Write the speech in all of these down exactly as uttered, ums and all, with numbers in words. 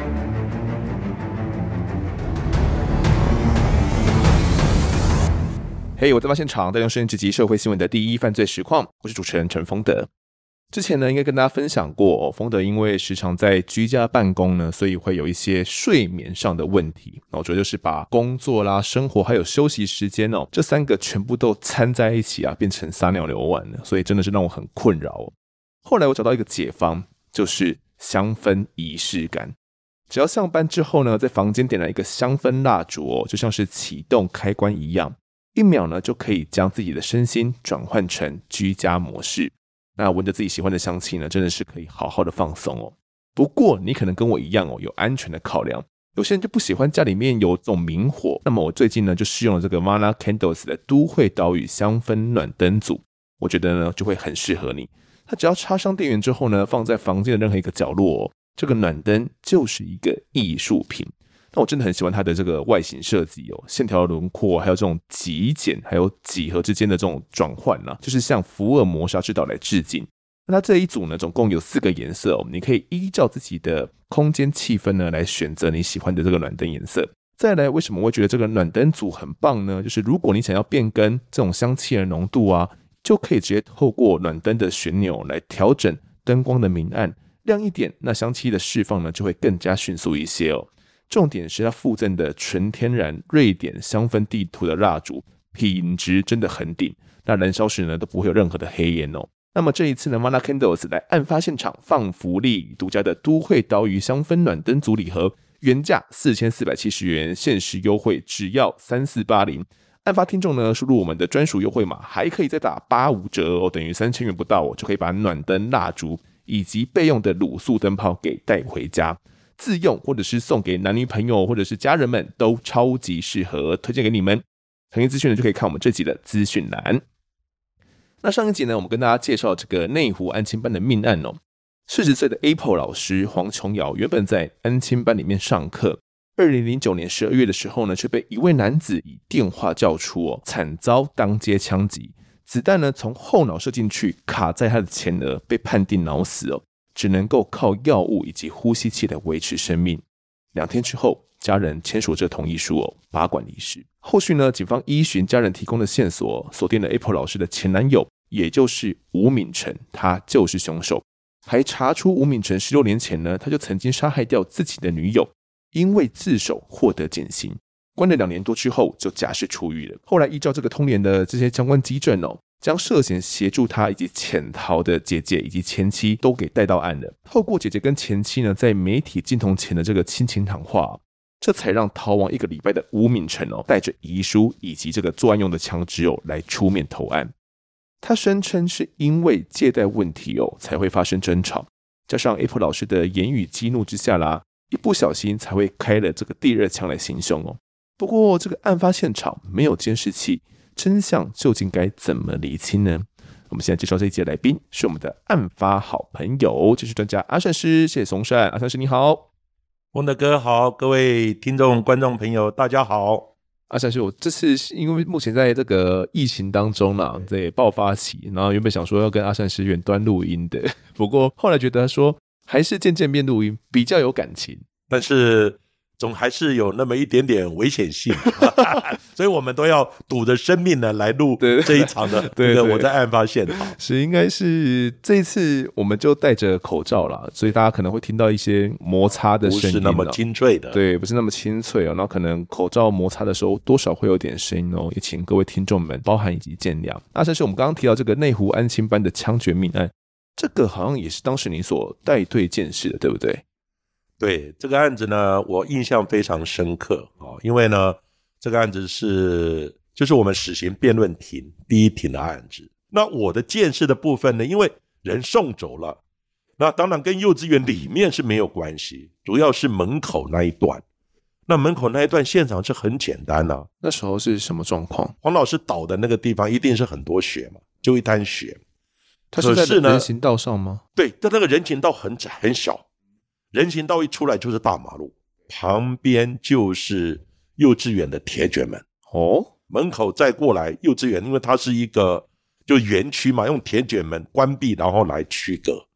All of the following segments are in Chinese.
嘿、hey, 我在发现场带用声音直击社会新闻的第一犯罪实况，我是主持人陈丰德。之前呢，应该跟大家分享过，丰德因为时常在居家办公呢，所以会有一些睡眠上的问题。那我觉得就是把工作啦、生活还有休息时间哦，这三个全部都掺在一起啊，变成撒尿牛丸了，所以真的是让我很困扰哦。后来我找到一个解方，就是香氛仪式感。只要上班之后呢，在房间点燃一个香氛蜡烛哦，就像是启动开关一样。一秒呢，就可以将自己的身心转换成居家模式。那闻着自己喜欢的香气呢，真的是可以好好的放松哦。不过你可能跟我一样哦，有安全的考量。有些人就不喜欢家里面有这种明火。那么我最近呢，就试用了这个 Mana Candles 的都会岛屿香氛暖灯组，我觉得呢就会很适合你。它只要插上电源之后呢，放在房间的任何一个角落哦，这个暖灯就是一个艺术品。那我真的很喜欢它的这个外形设计哦，线条轮廓，还有这种极简还有几何之间的这种转换啊，就是向福尔摩沙之岛来致敬。那它这一组呢，总共有四个颜色哦，你可以依照自己的空间气氛呢来选择你喜欢的这个暖灯颜色。再来，为什么我会觉得这个暖灯组很棒呢？就是如果你想要变更这种香气的浓度啊，就可以直接透过暖灯的旋钮来调整灯光的明暗，亮一点，那香气的释放呢就会更加迅速一些哦。重点是它附赠的纯天然瑞典香氛地图的蜡烛，品质真的很顶。那燃烧时呢都不会有任何的黑烟哦。那么这一次呢 Mana Candles 来案发现场放福利，独家的都会岛屿香氛暖灯组礼盒，原价四千四百七十元，限时优惠只要三四八零。案发听众呢输入我们的专属优惠码，还可以再打八五折哦，等于三千元不到哦，就可以把暖灯蜡烛以及备用的卤素灯泡给带回家。自用或者是送给男女朋友或者是家人们都超级适合，推荐给你们。详细资讯呢就可以看我们这集的资讯栏。那上一集呢，我们跟大家介绍这个内湖安亲班的命案哦。四十岁的 Apple 老师黄琼瑶原本在安亲班里面上课，二零零九年十二月的时候呢，却被一位男子以电话叫出哦，惨遭当街枪击，子弹呢从后脑射进去，卡在他的前额，被判定脑死哦。只能够靠药物以及呼吸器来维持生命。两天之后，家人签署这同意书哦，拔管离世。后续呢，警方依循家人提供的线索，锁定了 Apple 老师的前男友，也就是吴敏成，他就是凶手。还查出吴敏成十六年前呢，他就曾经杀害掉自己的女友，因为自首获得减刑。关了两年多之后，就假释出狱了。后来依照这个通联的这些相关基证哦，将涉嫌协助他以及潜逃的姐姐以及前妻都给带到案了。透过姐姐跟前妻呢，在媒体镜头前的这个亲情谈话，这才让逃亡一个礼拜的吴敏成哦，带着遗书以及这个作案用的枪支哦，来出面投案。他声称是因为借贷问题哦，才会发生争吵，加上 Apple 老师的言语激怒之下啦，一不小心才会开了这个第二枪来行凶哦。不过这个案发现场没有监视器，真相究竟该怎么厘清呢？我们现在介绍这一集的来宾是我们的案发好朋友，就是专家阿善师，谢谢松善。阿善师你好。 丰德哥好，各位听众观众朋友大家好。 阿善师，我这次因为目前在这个疫情当中啦，在爆发期，然后原本想说要跟阿善师远端录音的，不过后来觉得说还是见见面录音比较有感情， 但是总还是有那么一点点危险性所以我们都要赌着生命呢来录这一场的对对对，我在案发现场是应该是这一次我们就戴着口罩啦，所以大家可能会听到一些摩擦的声音， 不是那么清脆的， 对，不是那么清脆哦，然后可能口罩摩擦的时候多少会有点声音哦，也请各位听众们包涵以及见谅。那甚至我们刚刚提到这个内湖安亲班的枪决命案，这个好像也是当时你所带队见识的，对不对？ 对，这个案子呢我印象非常深刻、哦、因为呢这个案子是就是我们死刑辩论庭第一庭的案子。那我的见识的部分呢，因为人送走了，那当然跟幼稚园里面是没有关系，主要是门口那一段。那门口那一段现场是很简单啊。 那时候是什么状况？ 黄老师倒的那个地方一定是很多血嘛，就一滩血。 他是在人行道上吗？ 对，但那个人行道很窄很小，人行道一出来就是大马路，旁边就是幼稚园的铁卷门哦， 门口再过来幼稚园，因为它是一个就园区嘛，用铁卷门关闭然后来区隔。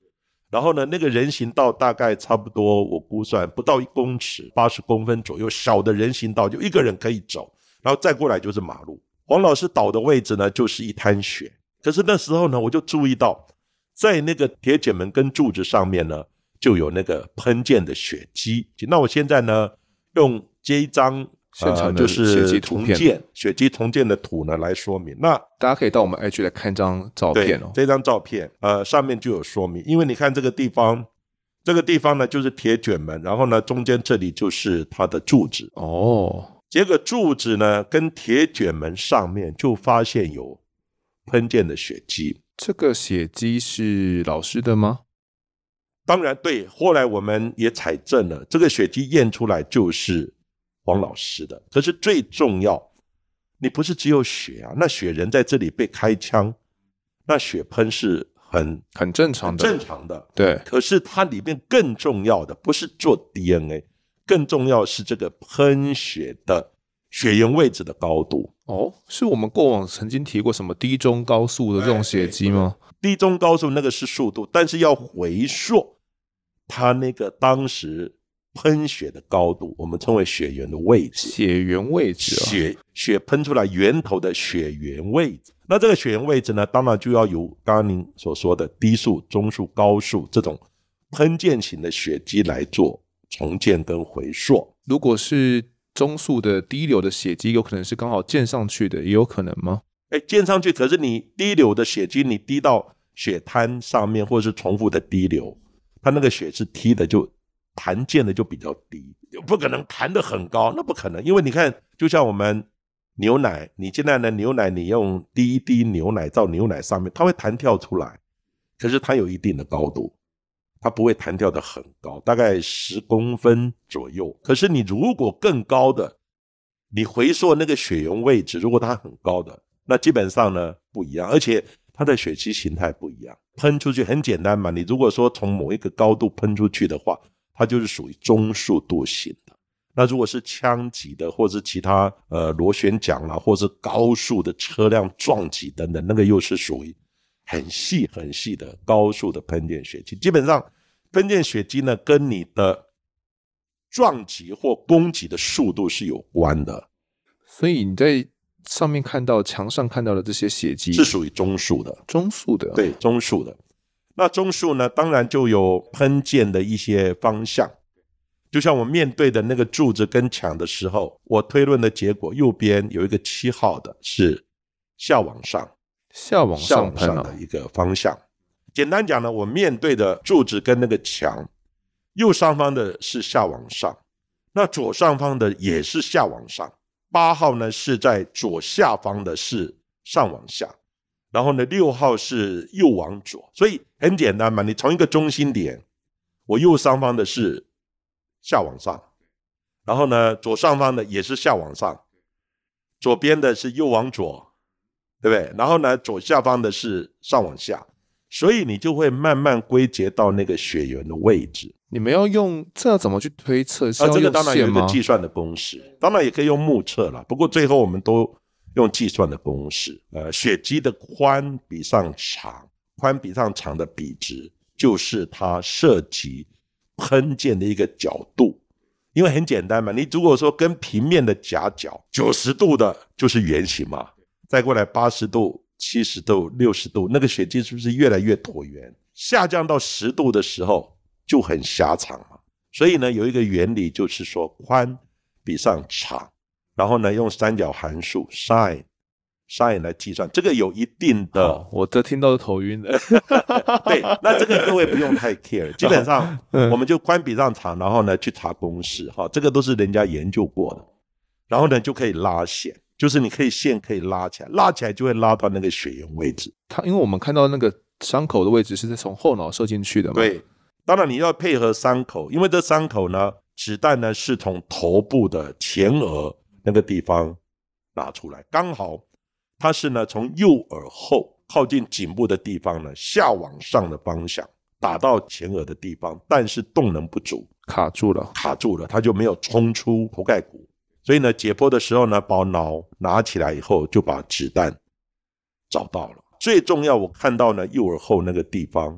然后呢，那个人行道大概差不多，我估算不到一公尺，八十公分左右，小的人行道就一个人可以走，然后再过来就是马路。黄老师倒的位置呢，就是一滩血。可是那时候呢，我就注意到，在那个铁卷门跟柱子上面呢，就有那个喷溅的血迹。那我现在呢，用这一张现场的就是重建血迹重建的图呢来说明。那大家可以到我们 I G 来看这张照片哦。 这张照片呃上面就有说明，因为你看这个地方，这个地方呢就是铁卷门，然后呢中间这里就是它的柱子哦。 结果柱子呢跟铁卷门上面就发现有喷溅的血迹。 这个血迹是老师的吗？ 当然对，后来我们也采证了，这个血迹验出来就是黄老师的。可是最重要，你不是只有血啊，那血人在这里被开枪，那血喷是很很正常的， 正常的。 对。 可是它里面更重要的不是做 D N A， 更重要是这个喷血的血缘位置的高度。 哦，是我们过往曾经提过什么低中高速的这种血迹吗？ 低中高速那个是速度，但是要回溯它那个当时喷血的高度，我们称为血缘的位置。 血缘位置、哦、 血血喷出来源头的血缘位置。那这个血缘位置呢，当然就要由刚刚您所说的低速、中速、高速这种喷溅型的血迹来做重建跟回溯。 如果是中速的低流的血迹，有可能是刚好溅上去的，也有可能吗？ 哎，溅上去，可是你低流的血迹，你滴到血滩上面，或者是重复的滴流，它那个血是踢的，就弹溅的就比较低，不可能弹得很高，那不可能。因为你看，就像我们牛奶，你现在的牛奶，你用滴一滴牛奶到牛奶上面，它会弹跳出来，可是它有一定的高度，它不会弹跳得很高，大概十公分左右。可是你如果更高的，你回溯那个血缘位置，如果它很高的，那基本上呢不一样，而且它的血迹形态不一样。喷出去很简单嘛，你如果说从某一个高度喷出去的话，它就是属于中速度型的。那如果是枪击的，或是其他呃螺旋桨啦，或是高速的车辆撞击等等，那个又是属于很细很细的高速的喷溅血迹。基本上喷溅血迹呢，跟你的撞击或攻击的速度是有关的。 所以你在上面看到墙上看到的这些血迹是属于中速的， 中速的， 对，中速的。那中速呢，当然就有喷溅的一些方向，就像我面对的那个柱子跟墙的时候，我推论的结果，右边有一个七号的是下往上， 下往上喷、 啊、的一个方向。简单讲呢，我面对的柱子跟那个墙，右上方的是下往上，那左上方的也是下往上。八号呢是在左下方的是上往下，然后呢六号是右往左。所以很简单嘛，你从一个中心点，我右上方的是下往上，然后呢左上方的也是下往上，左边的是右往左，对不对？然后呢左下方的是上往下，所以你就会慢慢归结到那个血缘的位置。 你们要用这要怎么去推测？是要啊，这个当然有一个用线吗？ 计算的公式，当然也可以用目测啦，不过最后我们都用计算的公式。呃，血迹的宽比上长，宽比上长的比值就是它涉及喷溅的一个角度。因为很简单嘛，你如果说跟平面的夹角九十度的就是圆形嘛，再过来八十度、七十度、六十度，那个血迹是不是越来越椭圆？下降到十度的时候就很狭长嘛。所以呢，有一个原理就是说，宽比上长，然后呢用三角函数 sin sin 来计算，这个有一定的、 哦、我这听到是头晕的对，那这个各位不用太 care， 基本上我们就宽比上长，然后呢去查公式，这个都是人家研究过的，然后呢就可以拉线，就是你可以线可以拉起来，拉起来就会拉到那个血缘位置。 它因为我们看到那个伤口的位置是从后脑射进去的嘛， 对，当然你要配合伤口，因为这伤口呢，子弹呢是从头部的前额那个地方拿出来，刚好它是呢从右耳后靠近颈部的地方呢下往上的方向打到前额的地方，但是动能不足， 卡住了， 卡住了，它就没有冲出头盖骨。所以呢，解剖的时候呢，把脑拿起来以后，就把子弹找到了。最重要，我看到呢右耳后那个地方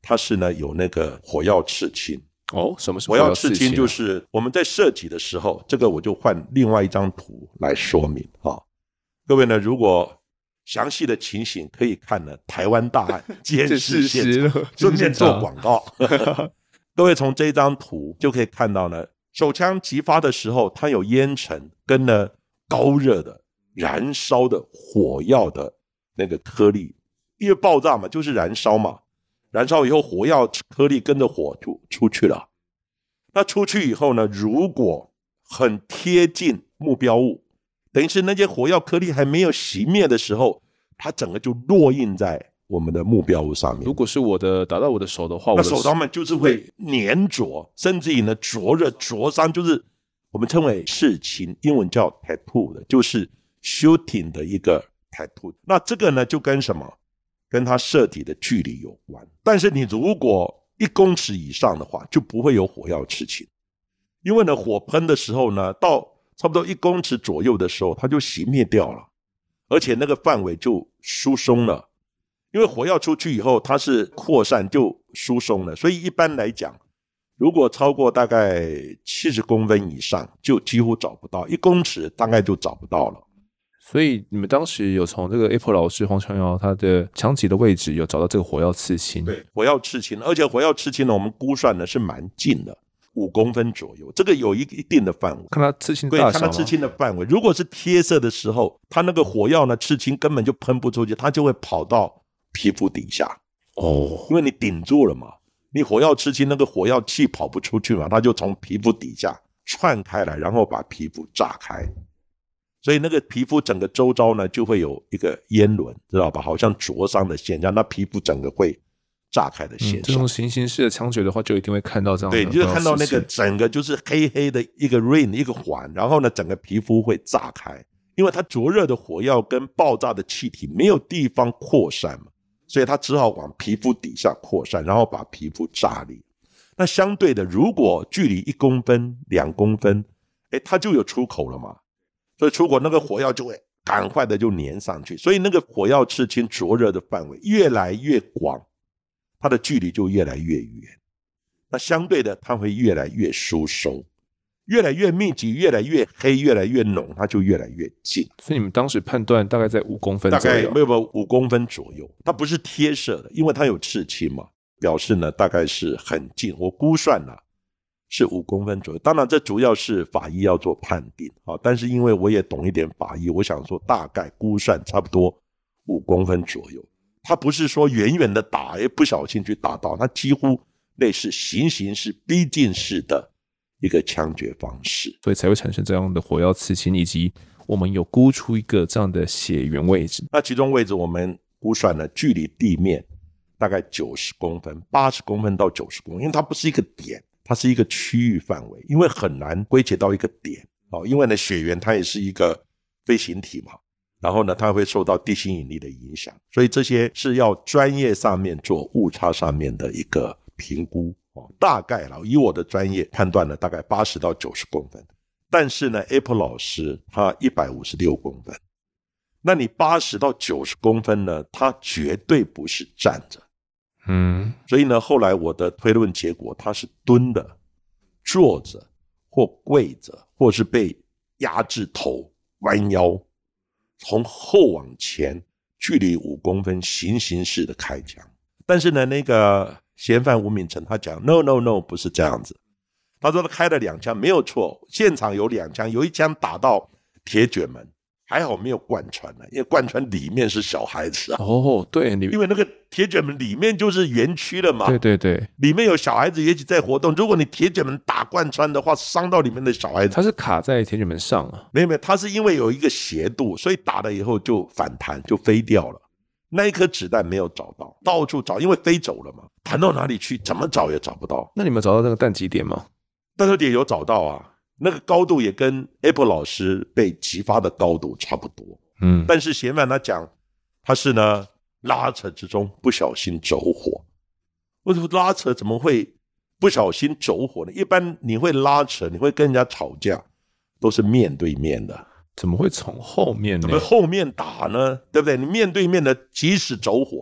它是呢有那个火药刺青。 哦，什么是火药刺青？ 啊？ 就是我们在射击的时候，这个我就换另外一张图来说明啊。各位呢，如果详细的情形可以看呢台湾大案监视现场，顺便做广告。各位从这张图就可以看到呢，手枪击发的时候，它有烟尘跟呢高热的燃烧的火药的那个颗粒，因为爆炸嘛，就是燃烧嘛，燃烧以后火药颗粒跟着火就出去了。那出去以后呢，如果很贴近目标物，等于是那些火药颗粒还没有熄灭的时候，它整个就落印在我们的目标物上面。 如果是我的打到我的手的话， 那手上面就是会粘着，甚至于呢灼热灼伤，就是我们称为刺青，英文叫 tattoo 的，就是 shooting 的一个 tattoo。那这个呢就跟什么？跟它射底的距离有关。但是你如果一公尺以上的话，就不会有火药刺青，因为呢火喷的时候呢，到差不多一公尺左右的时候，它就熄灭掉了，而且那个范围就疏松了。因为火药出去以后，它是扩散就疏松了，所以一般来讲，如果超过大概七十公分以上，就几乎找不到，一公尺大概就找不到了。 所以你们当时有从这个 Apple 老师黄长尧他的枪击的位置有找到这个火药刺青？ 对，火药刺青，而且火药刺青呢，我们估算呢是蛮近的，五公分左右，这个有一一定的范围。 看它刺青的大小吗？ 对，看它刺青的范围。如果是贴射的时候，它那个火药呢刺青根本就喷不出去，它就会跑到皮肤底下。 哦， 因为你顶住了嘛，你火药刺青那个火药气跑不出去嘛，它就从皮肤底下窜开来，然后把皮肤炸开。所以那个皮肤整个周遭呢就会有一个烟轮，知道吧？好像灼伤的现象，那皮肤整个会炸开的现象。嗯、 这种行刑式的枪决的话，就一定会看到这样的。 对，你就看到那个整个就是黑黑的一个 ring 一个环，然后呢整个皮肤会炸开，因为它灼热的火药跟爆炸的气体没有地方扩散嘛，所以它只好往皮肤底下扩散，然后把皮肤炸裂。那相对的，如果距离一公分、两公分，哎，它就有出口了嘛。所以出口那个火药就会赶快的就粘上去，所以那个火药刺青灼热的范围越来越广，它的距离就越来越远。那相对的，它会越来越疏松，越来越密集，越来越黑，越来越浓，它就越来越近。 所以你们当时判断大概在五公分左右， 大概没有没有五公分左右，它不是贴射的，因为它有刺青嘛，表示呢大概是很近。我估算呢、啊。是五公分左右，当然这主要是法医要做判定，但是因为我也懂一点法医，我想说大概估算差不多五公分左右。他不是说远远的打，也不小心去打到，他几乎类似行刑式逼近式的一个枪决方式， 所以才会产生这样的火药刺青，以及我们有估出一个这样的血缘位置。 那其中位置我们估算了距离地面大概九十公分，八十公分到九十公分，因为它不是一个点，它是一个区域范围，因为很难归结到一个点、哦、因为呢血缘它也是一个飞行体嘛，然后呢它会受到地心引力的影响，所以这些是要专业上面做误差上面的一个评估、哦、大概啦，以我的专业判断呢大概八十到九十公分，但是呢 Apple 老师他一百五十六公分，那你八十到九十公分呢，他绝对不是站着， 嗯， 所以呢，后来我的推论结果，他是蹲的、坐着或跪着，或是被压制头、弯腰，从后往前，距离五公分，行刑式的开枪。但是呢，那个嫌犯吴敏成他讲 ，no no no， 不是这样子。他说他开了两枪，没有错，现场有两枪，有一枪打到铁卷门。还好没有贯穿了，因为贯穿里面是小孩子啊。 哦，对， 因为那个铁卷门里面就是园区了嘛。 对对对， 里面有小孩子也许在活动。如果你铁卷门打贯穿的话，伤到里面的小孩子。 它是卡在铁卷门上啊？ 没有没有，它是因为有一个斜度，所以打了以后就反弹，就飞掉了。那一颗子弹没有找到，到处找，因为飞走了嘛，弹到哪里去，怎么找也找不到。 那你们找到那个弹击点吗？ 弹头点有找到啊。那个高度也跟 Apple 老师被击发的高度差不多， 嗯， 但是嫌犯他讲他是呢拉扯之中不小心走火。为什么拉扯怎么会不小心走火呢？一般你会拉扯，你会跟人家吵架，都是面对面的， 怎么会从后面呢？ 怎么后面打呢？对不对？你面对面的即使走火，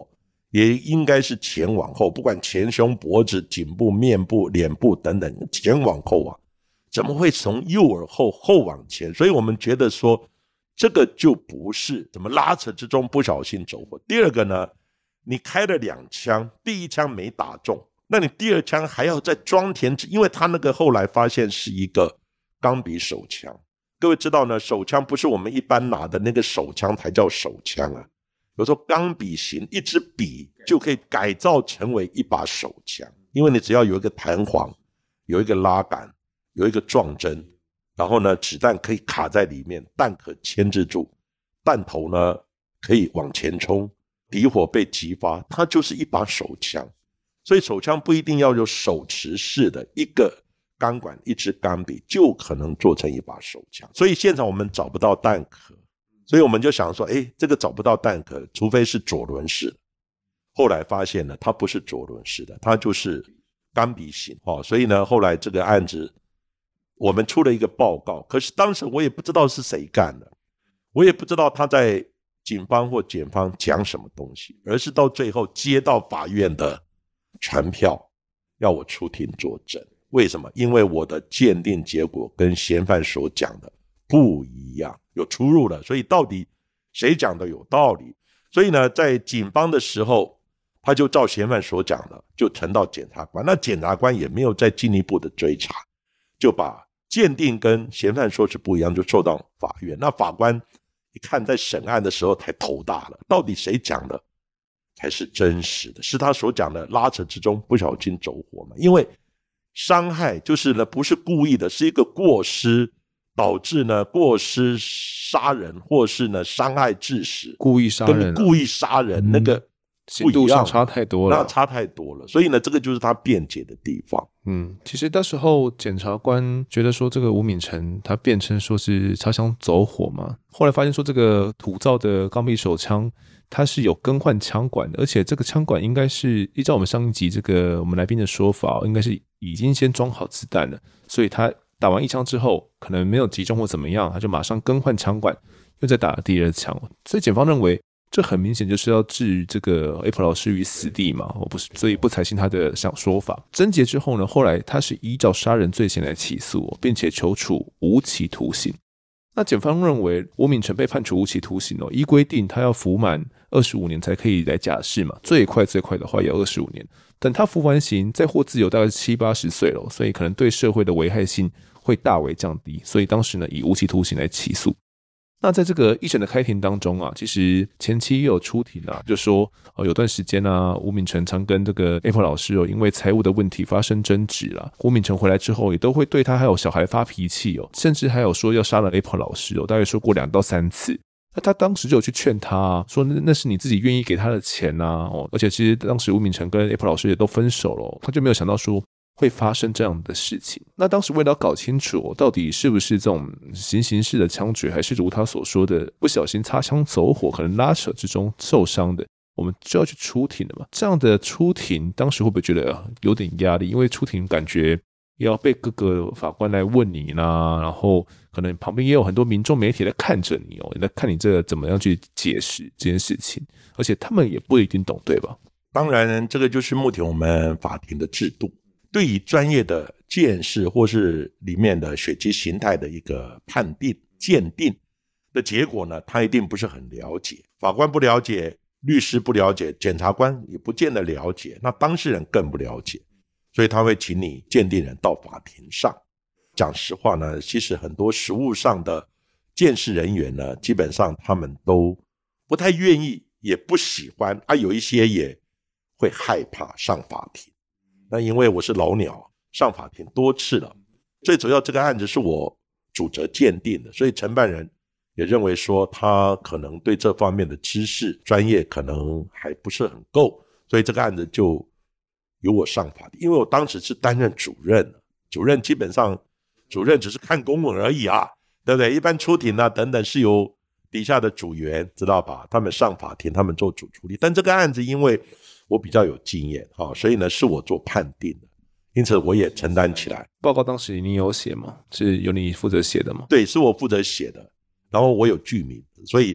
也应该是前往后，不管前胸、脖子、颈部、面部、脸部等等，前往后啊，怎么会从右而后后往前？所以我们觉得说这个就不是怎么拉扯之中不小心走火。第二个呢，你开了两枪，第一枪没打中，那你第二枪还要再装填，因为他那个后来发现是一个钢笔手枪。各位知道呢，手枪不是我们一般拿的那个手枪才叫手枪啊，有时候钢笔型一支笔就可以改造成为一把手枪，因为你只要有一个弹簧，有一个拉杆，有一个撞针，然后呢子弹可以卡在里面，弹可牵制住，弹头呢可以往前冲，敌火被击发，它就是一把手枪。所以手枪不一定要有手持式的，一个钢管一支钢笔就可能做成一把手枪。所以现场我们找不到弹壳，所以我们就想说，诶，这个找不到弹壳，除非是左轮式的。后来发现呢，它不是左轮式的，它就是钢笔型。哦，所以呢，后来这个案子我们出了一个报告，可是当时我也不知道是谁干的，我也不知道他在警方或检方讲什么东西，而是到最后接到法院的传票，要我出庭作证。为什么？因为我的鉴定结果跟嫌犯所讲的不一样，有出入了，所以到底谁讲的有道理？所以呢，在警方的时候，他就照嫌犯所讲的就呈到检察官，那检察官也没有再进一步的追查，就把鉴定跟嫌犯说是不一样，就受到法院。那法官一看，在审案的时候才头大了，到底谁讲的才是真实的？是他所讲的拉扯之中不小心走火吗？因为伤害就是呢不是故意的，是一个过失导致呢过失杀人，或是呢伤害致死， 故意杀人、啊、 跟故意杀人、嗯、那个刑度上差太多了， 那差太多了，所以呢这个就是他辩解的地方。 嗯，其实那时候检察官觉得说这个吴敏成他辩称说是擦枪走火嘛，后来发现说这个土造的钢笔手枪它是有更换枪管的，而且这个枪管应该是依照我们上一集这个我们来宾的说法，应该是已经先装好子弹了，所以他打完一枪之后可能没有击中或怎么样，他就马上更换枪管，又再打了第二枪。所以检方认为这很明显就是要置这个 Apple 老师于死地嘛，不是，所以不采信他的说法。侦结之后呢，后来他是依照杀人罪嫌来起诉，并且求处无期徒刑。那检方认为吴敏成被判处无期徒刑，依规定他要服满二十五年才可以来假释嘛，最快最快的话也要二十五年。等他服完刑再获自由大概是七八十岁了，所以可能对社会的危害性会大为降低，所以当时呢以无期徒刑来起诉。那在这个一审的开庭当中啊，其实前期也有出庭啊，就说、呃、有段时间啊，吴敏成常跟这个 Apple 老师哦，因为财务的问题发生争执啦。吴敏成回来之后，也都会对他还有小孩发脾气哦，甚至还有说要杀了 Apple 老师哦，大概说过两到三次。那他当时就有去劝他、啊，说那是你自己愿意给他的钱啊，哦，而且其实当时吴敏成跟 Apple 老师也都分手了、哦，他就没有想到说会发生这样的事情。那当时为了搞清楚、哦、到底是不是这种行刑式的枪决，还是如他所说的不小心擦枪走火，可能拉扯之中受伤的，我们就要去出庭了嘛。这样的出庭，当时会不会觉得有点压力？因为出庭感觉要被各个法官来问你啦，然后可能旁边也有很多民众媒体在看着你哦，在看你这个怎么样去解释这件事情，而且他们也不一定懂，对吧？ 当然，这个就是目前我们法庭的制度。对于专业的鉴识或是里面的血迹形态的一个判定鉴定的结果呢，他一定不是很了解，法官不了解，律师不了解，检察官也不见得了解，那当事人更不了解，所以他会请你鉴定人到法庭上。讲实话呢，其实很多实务上的鉴识人员呢，基本上他们都不太愿意，也不喜欢啊，有一些也会害怕上法庭。那因为我是老鸟，上法庭多次了，最主要这个案子是我主责鉴定的，所以承办人也认为说他可能对这方面的知识专业可能还不是很够，所以这个案子就由我上法庭。因为我当时是担任主任，主任基本上主任只是看公文而已啊，对不对？一般出庭啊等等是由底下的组员知道吧，他们上法庭，他们做主处理。但这个案子因为我比较有经验，所以呢是我做判定的，因此我也承担起来。 报告当时你有写吗？是由你负责写的吗？ 对，是我负责写的，然后我有剧名，所以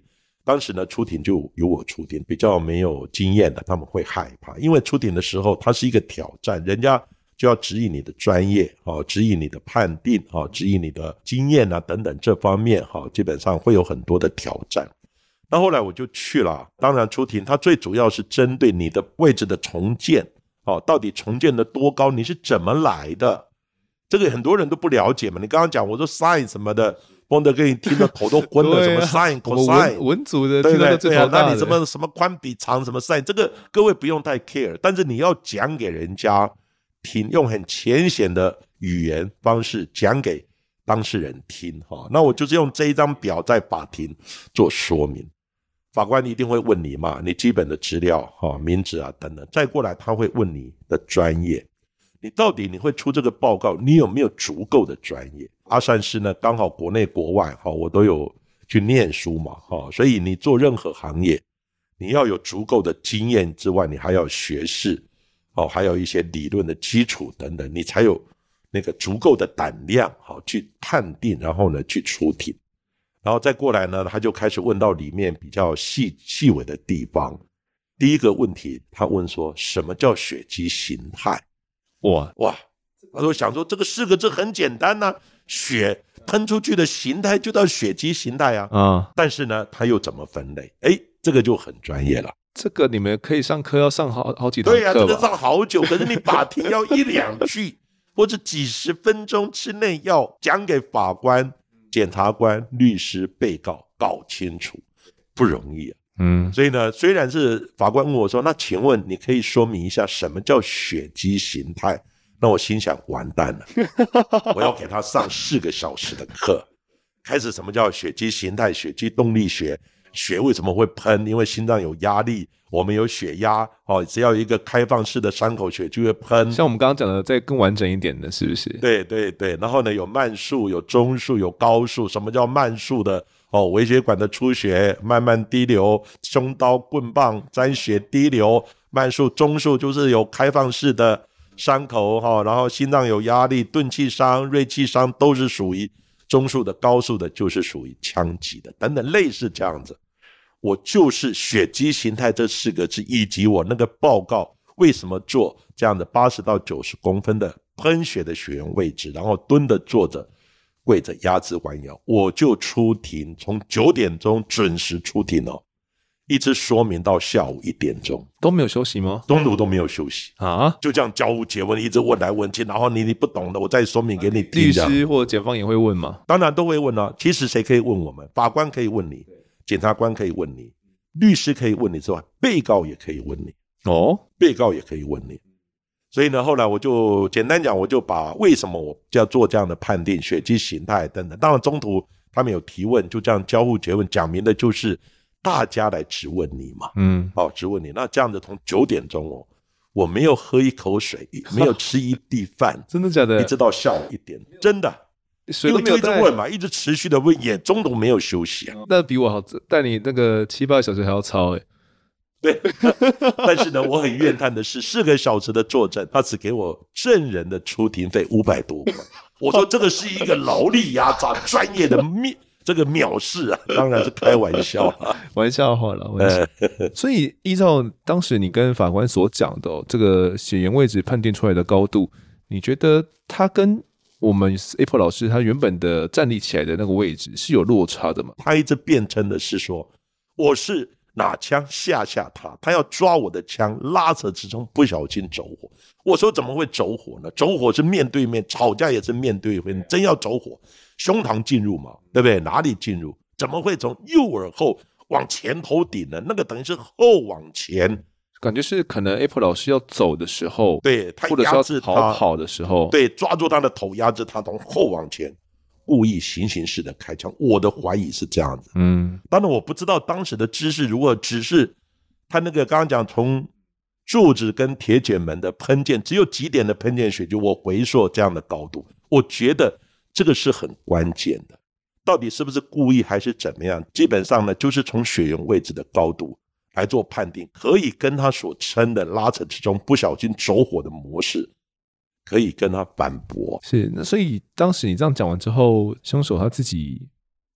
当时呢出庭就由我出庭，比较没有经验的他们会害怕，因为出庭的时候它是一个挑战，人家就要质疑你的专业、哦、质疑你的判定、哦、质疑你的经验啊等等这方面、哦、基本上会有很多的挑战。那后来我就去了，当然出庭它最主要是针对你的位置的重建、哦、到底重建的多高，你是怎么来的，这个很多人都不了解嘛。你刚刚讲我说 sin 什么的，丰德跟你听到头都昏了、啊、什么 sin cosine 文组的听到最头大的， 那你什么什么宽比长什么 sin， 这个各位不用太 care， 但是你要讲给人家听，用很浅显的语言方式讲给当事人听、哦、那我就是用这一张表在法庭做说明，法官一定会问你嘛，你基本的资料、哦、名字啊等等，再过来他会问你的专业，你到底你会出这个报告，你有没有足够的专业。阿善师呢刚好国内国外、哦、我都有去念书嘛、哦、所以你做任何行业你要有足够的经验之外，你还要有学识、哦、还有一些理论的基础等等，你才有那个足够的胆量、哦、去判定，然后呢去出庭。然后再过来呢他就开始问到里面比较细细微的地方。第一个问题他问说什么叫血迹形态。 哇哇，他说想说这个四个字很简单啊，血喷出去的形态就叫血迹形态啊。 啊， 但是呢他又怎么分类，诶这个就很专业了。 这个你们可以上课要上好好几堂课吧。 对啊，这个上好久，可是你法庭要一两句或者几十分钟之内要讲给法官、检察官、律师、被告搞清楚，不容易啊。 嗯， 所以呢虽然是法官问我说那请问你可以说明一下什么叫血迹形态，那我心想完蛋了我要给他上四个小时的课，开始什么叫血迹形态，血迹动力学，血为什么会喷，因为心脏有压力，我们有血压、哦、只要有一个开放式的伤口血就会喷， 像我们刚刚讲的再更完整一点的是不是？ 对对对，然后呢有慢速有中速有高速，什么叫慢速的哦，微血管的出血慢慢滴流，胸刀棍棒沾血滴流，慢速中速就是有开放式的伤口、哦、然后心脏有压力，钝器伤锐器伤都是属于中速的，高速的就是属于枪击的等等类似这样子。我就是血迹形态这四个字以及我那个报告为什么做这样的八十到九十公分的喷血的血源位置，然后蹲着坐着跪着压制弯腰，我就出庭，从九点钟准时出庭哦，一直说明到下午一点钟， 都没有休息吗？ 中途都没有休息啊， 就这样交互诘问，一直问来问去，然后你你不懂的我再说明给你听。 律师或检方也会问吗？ 当然都会问啊，其实谁可以问我们？法官可以问你，检察官可以问你，律师可以问你之外，被告也可以问你哦， 被告也可以问你。所以呢后来我就简单讲，我就把为什么我要做这样的判定，血迹形态等等，当然中途他们有提问，就这样交互诘问，讲明的就是大家来质问你嘛， 嗯， 好、哦、质问你。那这样子从九点钟哦，我没有喝一口水，没有吃一滴饭真的假的？ 一直到下午一点，真的水都没有带， 因为就一直问嘛，一直持续的问，也中途没有休息啊。 那比我好，带你那个七八个小时还要操哎、欸。 对，但是呢，我很怨叹的是，四个小时的作证，他只给我证人的出庭费五百多块。我说这个是一个劳力压榨，专业的蔑这个藐视啊，当然是开玩笑啊， 玩笑话了。玩笑所以依照当时你跟法官所讲的、哦、这个血源位置判定出来的高度，你觉得他跟我们 Apple 老师他原本的站立起来的那个位置是有落差的吗？ 他一直辩称的是说，我是拿枪吓吓他，他要抓我的枪，拉扯之中不小心走火。我说怎么会走火呢？走火是面对面，吵架也是面对面，真要走火，胸膛进入嘛，对不对？哪里进入？怎么会从右耳后往前头顶呢？那个等于是后往前， 感觉是可能 Apple 老师要走的时候， 对，他或者压制是要逃跑的时候， 对，抓住他的头，压制他从后往前，故意行刑式的开枪。我的怀疑是这样子， 嗯， 当然我不知道当时的姿势如果只是他那个刚刚讲从柱子跟铁卷门的喷溅，只有几点的喷溅血，就我回溯这样的高度，我觉得这个是很关键的。到底是不是故意还是怎么样？基本上呢，就是从血源位置的高度来做判定，可以跟他所称的拉扯之中不小心走火的模式，可以跟他反驳。 是，那所以当时你这样讲完之后，凶手他自己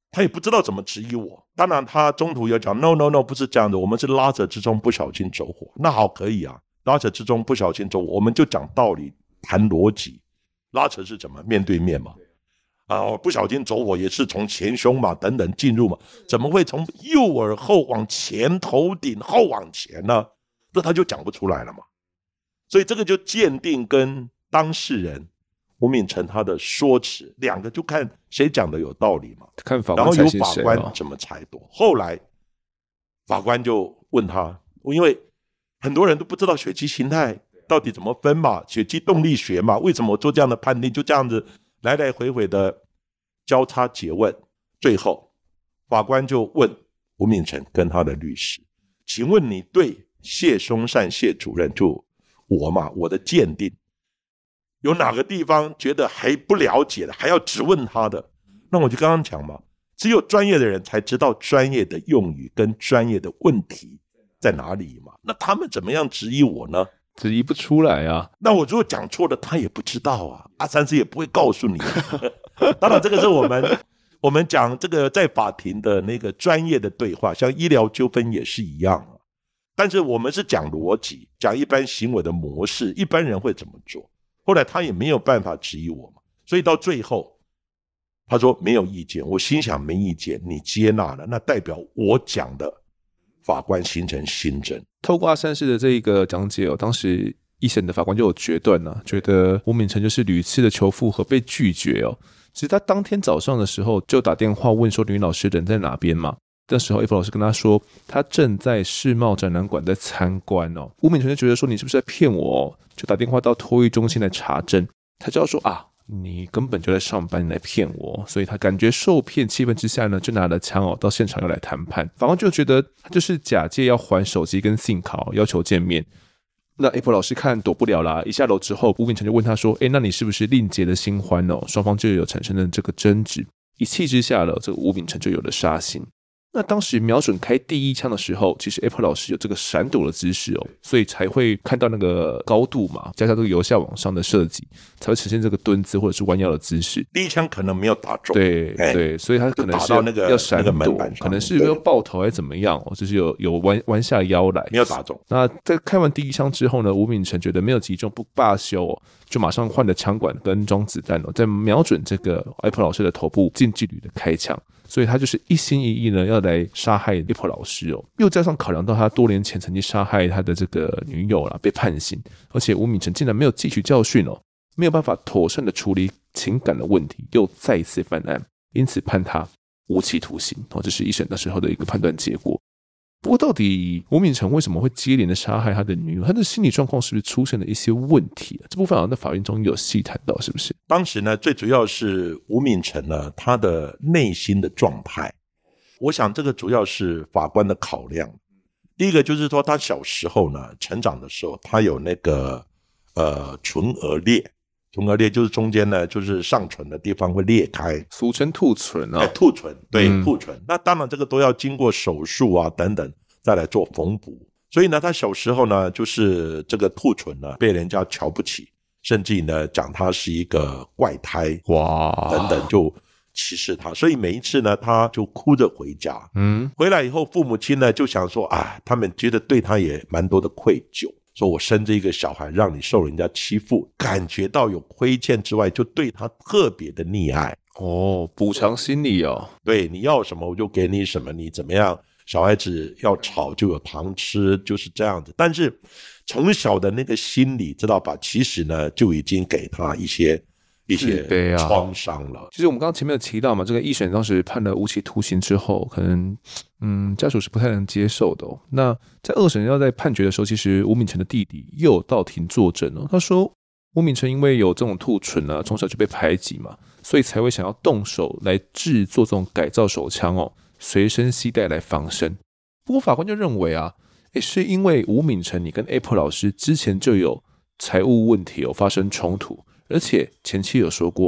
他也不知道怎么质疑我。当然他中途有讲 no no no 不是这样的，我们是拉扯之中不小心走火。那好，可以啊，拉扯之中不小心走火，我们就讲道理谈逻辑。拉扯是怎么面对面嘛，啊，不小心走火也是从前胸嘛等等进入嘛，怎么会从右耳后往前头顶后往前呢？这他就讲不出来了嘛。所以这个就鉴定跟当事人吴敏成他的说辞，两个就看谁讲的有道理嘛， 看法官然后由法官怎么裁夺。后来法官就问他，因为很多人都不知道血迹形态到底怎么分嘛，血迹动力学嘛，为什么我做这样的判定？就这样子来来回回的交叉诘问，最后法官就问吴敏成跟他的律师，请问你对谢松善谢主任，就我嘛，我的鉴定有哪个地方觉得还不了解的，还要质问他的？那我就刚刚讲嘛，只有专业的人才知道专业的用语跟专业的问题在哪里嘛。那他们怎么样质疑我呢？ 质疑不出来啊。 那我如果讲错了，他也不知道啊，阿三师也不会告诉你、啊。当然，这个是我们我们讲这个在法庭的那个专业的对话，像医疗纠纷也是一样啊。但是我们是讲逻辑，讲一般行为的模式，一般人会怎么做。后来他也没有办法质疑我嘛，所以到最后他说没有意见。我心想没意见，你接纳了，那代表我讲的法官形成新证。 透过阿三师的这一个讲解哦，当时一审的法官就有决断了、啊，觉得吴敏成就是屡次的求复合被拒绝哦。其实他当天早上的时候就打电话问说吕老师人在哪边嘛。那时候 Apple 老师跟他说他正在世贸展览馆在参观哦。吴敏成就觉得说你是不是在骗我哦，就打电话到托育中心来查证。他就要说啊，你根本就在上班，你来骗我。所以他感觉受骗气愤之下呢，就拿了枪哦到现场要来谈判。法官就觉得他就是假借要还手机跟 SIM 卡要求见面。那 Apple 老师看躲不了啦，一下楼之后吴敏成就问他说，诶，那你是不是另结了新欢哦？双方就有产生了这个争执，一气之下了，这个吴敏成就有了杀心。那当时瞄准开第一枪的时候，其实 Apple 老师有这个闪躲的姿势哦，所以才会看到那个高度嘛，加上这个由下往上的设计，才会呈现这个蹲姿或者是弯腰的姿势。 第一枪可能没有打中， 对对，所以他可能是要, 打到那个要闪躲、 那个门板上， 可能是要爆头还是怎么样哦，就是有有弯弯下腰来， 没有打中。 那在开完第一枪之后呢，吴敏成觉得没有击中，不罢休哦，就马上换了枪管跟装子弹哦，在瞄准这个 Apple 老师的头部近距离的开枪。所以他就是一心一意呢，要来杀害 Apple 老师哦，又加上考量到他多年前曾经杀害他的这个女友啦，被判刑，而且吴敏成竟然没有汲取教训哦，没有办法妥善的处理情感的问题，又再一次犯案，因此判他无期徒刑哦，这是一审的时候的一个判断结果。不过，到底吴敏成为什么会接连的杀害他的女友？他的心理状况是不是出现了一些问题、啊？这部分好像在法院中有细谈到，是不是？ 当时呢，最主要是吴敏成呢，他的内心的状态，我想这个主要是法官的考量。第一个就是说，他小时候呢，成长的时候，他有那个呃唇腭裂。唇腭裂就是中间呢，就是上唇的地方会裂开， 俗称兔唇啊、哦哎，兔唇，对， 嗯、 兔唇。那当然这个都要经过手术啊等等，再来做缝补。所以呢，他小时候呢，就是这个兔唇呢，被人家瞧不起，甚至呢讲他是一个怪胎， 哇， 等等，就歧视他。所以每一次呢，他就哭着回家。嗯，回来以后，父母亲呢就想说，啊，他们觉得对他也蛮多的愧疚。说我生这一个小孩让你受人家欺负，感觉到有亏欠之外，就对他特别的溺爱哦，补偿心理哦。 对，你要什么我就给你什么，你怎么样，小孩子要吵就有糖吃，就是这样子。但是从小的那个心理知道吧，其实呢就已经给他一些一些创伤了、啊。 其实我们刚刚前面有提到嘛，这个一审当时判了无期徒刑之后，可能嗯家属是不太能接受的哦。那在二审要在判决的时候，其实吴敏成的弟弟又有到庭作证哦。他说吴敏成因为有这种兔唇啊，从小就被排挤嘛，所以才会想要动手来制作这种改造手枪哦，随身携带来防身。不过法官就认为啊，诶是因为吴敏成你跟 Apple 老师之前就有财务问题有发生冲突。而且前期有说过，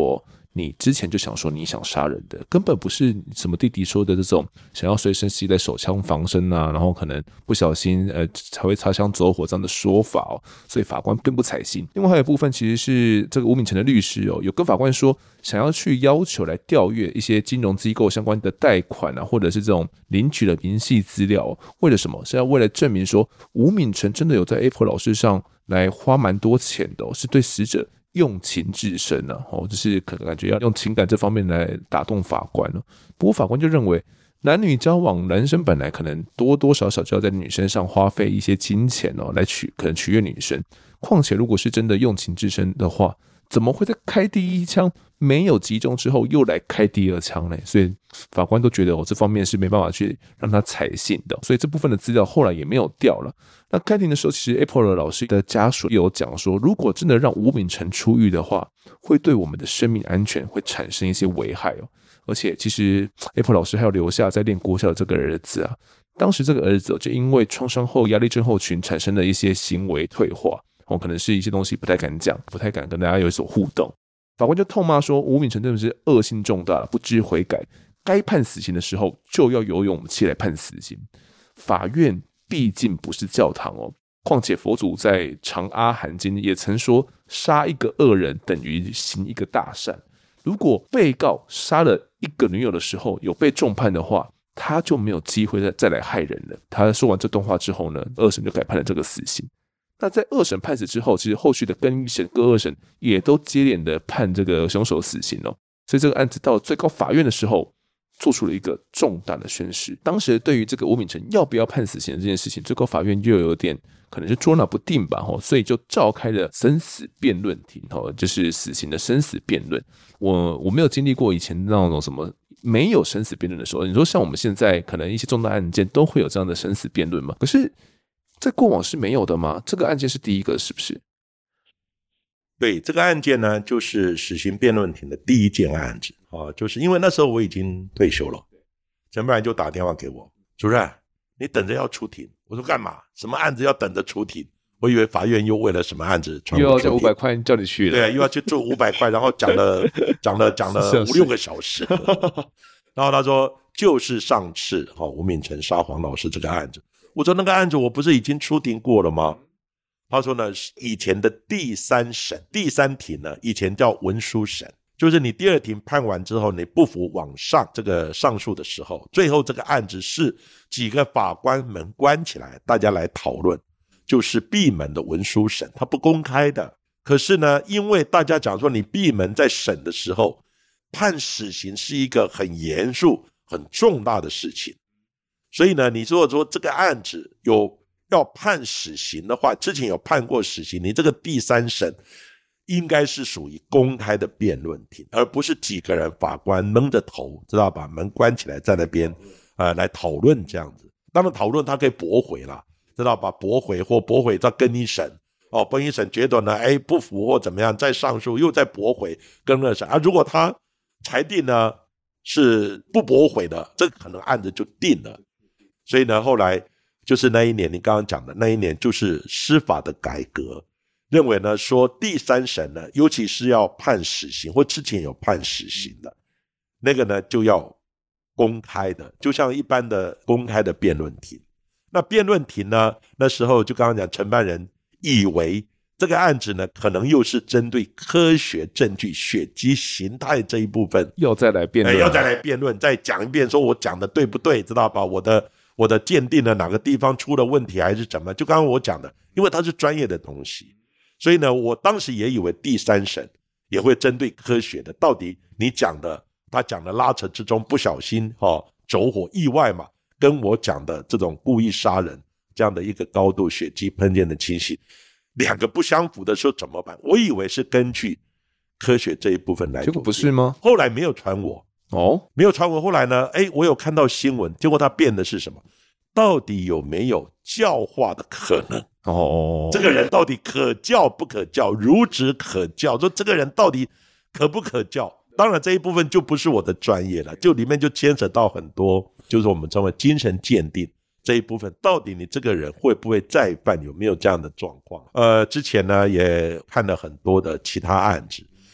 你之前就想说你想杀人的，根本不是什么弟弟说的这种想要随身携带手枪防身啊，然后可能不小心呃才会擦枪走火这样的说法哦，所以法官并不采信。另外还有部分其实是这个吴敏成的律师哦，有跟法官说想要去要求来调阅一些金融机构相关的贷款啊，或者是这种领取的明细资料、哦，为了什么？是要为了证明说吴敏成真的有在 Apple 老师上来花蛮多钱的、哦，是对死者用情至深啊，哦，就是可能感觉要用情感这方面来打动法官了、哦。不过法官就认为，男女交往，男生本来可能多多少少就要在女生上花费一些金钱哦，来取可能取悦女生。况且如果是真的用情至深的话，怎么会在开第一枪没有击中之后又来开第二枪呢？所以法官都觉得哦，这方面是没办法去让他采信的，所以这部分的资料后来也没有调了。那开庭的时候，其实 Apple 的老师的家属也有讲说，如果真的让吴敏成出狱的话，会对我们的生命安全会产生一些危害哦。而且其实 Apple 老师还有留下在练国小的这个儿子啊，当时这个儿子、哦、就因为创伤后压力症候群产生了一些行为退化。哦，可能是一些东西不太敢讲，不太敢跟大家有所互动。法官就痛骂说，吴敏成真的是恶性重大，不知悔改，该判死刑的时候就要有勇气来判死刑。法院毕竟不是教堂哦，况且佛祖在《长阿含经》也曾说，杀一个恶人等于行一个大善。如果被告杀了一个女友的时候有被重判的话，他就没有机会再再来害人了。他说完这段话之后呢，二审就改判了这个死刑。那在二审判死之后，其实后续的更一审、各二审也都接连的判这个凶手死刑哦。所以这个案子到最高法院的时候，做出了一个重大的宣示。当时对于这个吴敏成要不要判死刑的这件事情，最高法院又有点可能是捉拿不定吧，所以就召开了生死辩论庭，就是死刑的生死辩论。我我没有经历过以前那种什么没有生死辩论的时候，你说像我们现在可能一些重大案件都会有这样的生死辩论吗？可是在过往是没有的吗？这个案件是第一个，是不是？ 对，这个案件呢，就是死刑辩论庭的第一件案子啊，就是因为那时候我已经退休了，陈办人就打电话给我，主任，你等着要出庭。我说干嘛？什么案子要等着出庭？我以为法院又为了什么案子又要交五百块叫你去了， 对，又要去做五百块，然后讲了讲了讲了五六个小时，然后他说就是上次哈吴敏成杀黄老师这个案子。我说那个案子我不是已经出庭过了吗？他说呢，以前的第三审第三庭呢，以前叫文书审，就是你第二庭判完之后，你不服往上这个上诉的时候，最后这个案子是几个法官门关起来，大家来讨论，就是闭门的文书审，它不公开的。可是呢，因为大家讲说你闭门在审的时候，判死刑是一个很严肃很重大的事情，所以呢，你如果说这个案子有要判死刑的话，之前有判过死刑，你这个第三审应该是属于公开的辩论庭，而不是几个人法官蒙着头，知道吧？门关起来在那边呃来讨论这样子。当然讨论他可以驳回啦，知道吧？驳回或驳回再更一审哦，更一审觉得呢，哎不服或怎么样，再上诉又再驳回更二审啊。如果他裁定呢是不驳回的，这可能案子就定了。所以呢，后来就是那一年你刚刚讲的那一年，就是司法的改革，认为呢说第三审呢，尤其是要判死刑或之前有判死刑的那个呢，就要公开的，就像一般的公开的辩论庭。那辩论庭呢，那时候就刚刚讲承办人以为这个案子呢，可能又是针对科学证据血迹形态这一部分要再来辩论、 哎、要再来辩论，再讲一遍说我讲的对不对，知道吧？我的我的鉴定的哪个地方出了问题还是怎么，就刚刚我讲的，因为它是专业的东西，所以呢我当时也以为第三审也会针对科学的，到底你讲的他讲的拉扯之中不小心、哦、走火意外嘛，跟我讲的这种故意杀人这样的一个高度血迹喷溅的情形两个不相符的时候怎么办？我以为是根据科学这一部分来做， 结果不是吗？ 后来没有传我哦， 没有传闻。后来呢，哎，我有看到新闻，结果他辩的是什么？到底有没有教化的可能？ 哦， 这个人到底可教不可教？孺子可教，说这个人到底可不可教？当然这一部分就不是我的专业了，就里面就牵扯到很多，就是我们称为精神鉴定这一部分，到底你这个人会不会再犯，有没有这样的状况？呃，之前呢也看了很多的其他案子，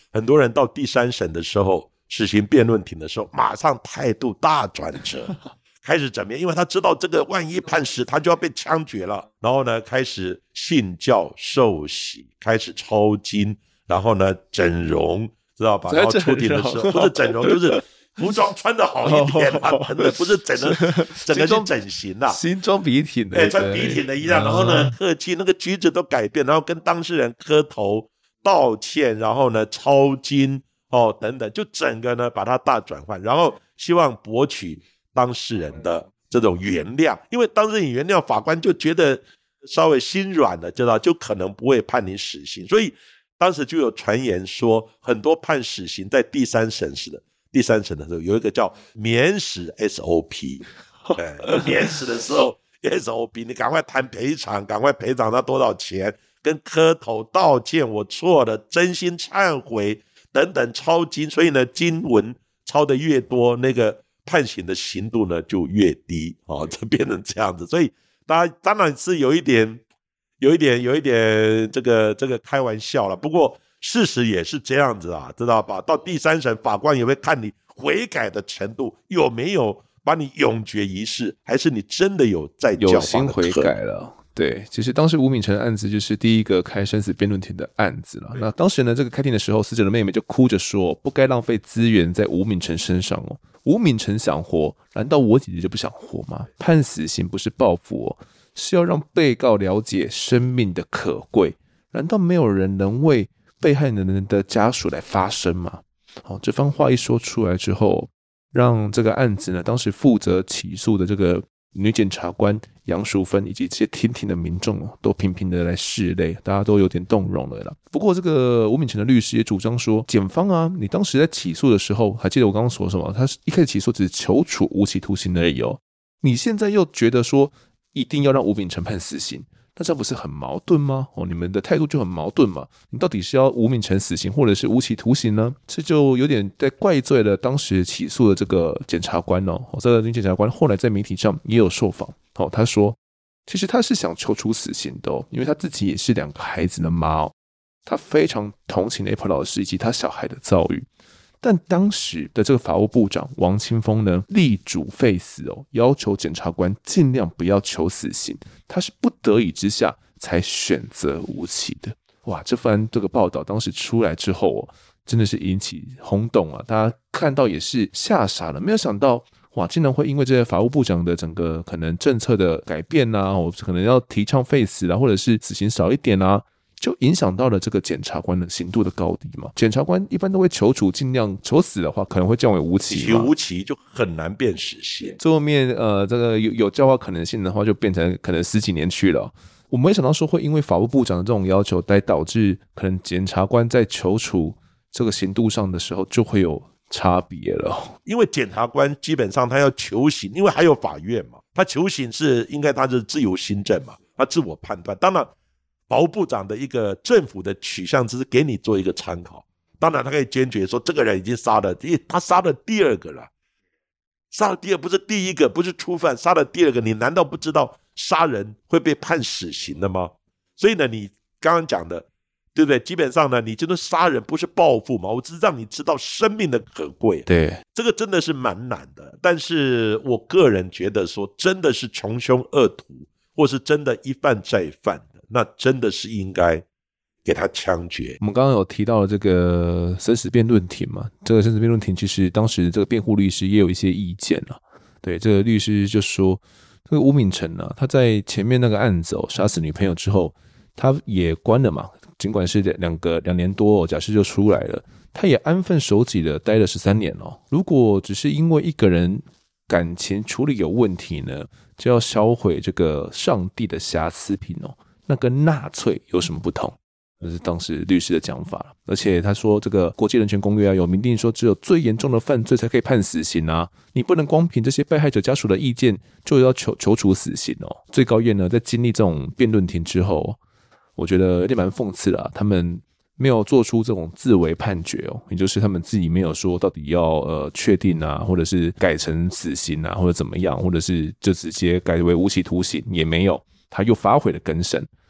很多人到第三审的时候，死刑辩论庭的时候，马上态度大转折，开始怎么样？因为他知道这个万一判死，他就要被枪决了。然后呢，开始信教受洗，开始抄经，然后呢，整容，知道吧？然后出庭的时候，不是整容，就是服装穿得好一点啊，等等，不是整个整个去整形啊， 新装笔挺的， 哎，穿笔挺的一样，然后呢，客气，那个举止都改变，然后跟当事人磕头道歉，然后呢，抄经哦等等，就整个呢把它大转换，然后希望博取当事人的这种原谅，因为当事人原谅，法官就觉得稍微心软了，知道就可能不会判你死刑，所以当时就有传言说，很多判死刑在第三审时的。第三审的时候有一个叫免死 S O P， 免死的时候 S O P， 你赶快谈赔偿，赶快赔偿他多少钱，跟磕头道歉，我错了，真心忏悔等等抄经，所以呢，经文抄的越多，那个判刑的刑度呢就越低，哦，就变成这样子，所以大家当然是有一点，有一点，有一点这个这个开玩笑了，不过。事实也是这样子啊，知道吧？到第三审，法官也会看你悔改的程度，有没有把你永绝一世，还是你真的有在教化的有心悔改了。对，其实当时吴敏成的案子就是第一个开生死辩论庭的案子了。那当时呢，这个开庭的时候，死者的妹妹就哭着说，不该浪费资源在吴敏成身上哦。吴敏成想活，难道我姐姐就不想活吗？判死刑不是报复哦，是要让被告了解生命的可贵。难道没有人能为被害人的家属来发声嘛？好，这番话一说出来之后，让这个案子呢，当时负责起诉的这个女检察官杨淑芬以及这些听庭的民众哦，都频频的来拭泪，大家都有点动容了啦。不过这个吴敏成的律师也主张说，检方啊，你当时在起诉的时候，还记得我刚刚说什么？他一开始起诉只是求处无期徒刑而已哦，你现在又觉得说一定要让吴敏成判死刑。那这不是很矛盾吗？哦，你们的态度就很矛盾嘛。你到底是要吴敏成死刑，或者是无期徒刑呢？这就有点在怪罪了当时起诉的这个检察官哦。哦，这个女检察官后来在媒体上也有受访，哦，他说，其实他是想求处死刑的哦，因为他自己也是两个孩子的妈哦，他非常同情 Apple 老师以及他小孩的遭遇。但当时的这个法务部长王清峰呢，力主废死哦，要求检察官尽量不要求死刑，他是不得已之下才选择无期的。哇，这番这个报道当时出来之后哦，真的是引起轰动啊！大家看到也是吓傻了，没有想到哇，竟然会因为这个法务部长的整个可能政策的改变啊，哦，可能要提倡废死啊，或者是死刑少一点啊。就影响到了这个检察官的刑度的高低嘛。检察官一般都会求处，尽量求死的话，可能会降为无期嘛。 无期就很难变实现。 最后面呃，这个有有教化可能性的话，就变成可能十几年去了。我没想到说会因为法务部长的这种要求，来导致可能检察官在求处这个刑度上的时候就会有差别了。 因为检察官基本上他要求刑，因为还有法院嘛，他求刑是应该他是自由心证嘛，他自我判断。当然。法务部长的一个政府的取向只是给你做一个参考，当然他可以坚决说这个人已经杀了，他杀了第二个了，杀了第二不是第一个，不是初犯，杀了第二个，你难道不知道杀人会被判死刑的吗？所以呢，你刚刚讲的，对不对？基本上呢，你真的杀人不是报复嘛，我只是让你知道生命的可贵。 对， 这个真的是蛮难的，但是我个人觉得说，真的是穷凶恶徒，或是真的一犯再犯的。那真的是应该给他枪决。 我们刚刚有提到了这个生死辩论庭嘛，这个生死辩论庭其实当时这个辩护律师也有一些意见了。对，这个律师就说，这个吴敏成啊，他在前面那个案子哦，杀死女朋友之后，他也关了嘛，尽管是两个两年多哦，假释就出来了，他也安分守己的待了十三年哦。如果只是因为一个人感情处理有问题呢，就要销毁这个上帝的瑕疵品哦。那跟纳粹有什么不同？这是当时律师的讲法。而且他说，这个国际人权公约啊，有明定说，只有最严重的犯罪才可以判死刑啊，你不能光凭这些被害者家属的意见就要求求处死刑哦。最高院呢，在经历这种辩论庭之后，我觉得有点蛮讽刺的啊，他们没有做出这种自为判决哦，也就是他们自己没有说到底要呃确定啊，或者是改成死刑啊，或者怎么样，或者是就直接改为无期徒刑也没有。他又发回了更审，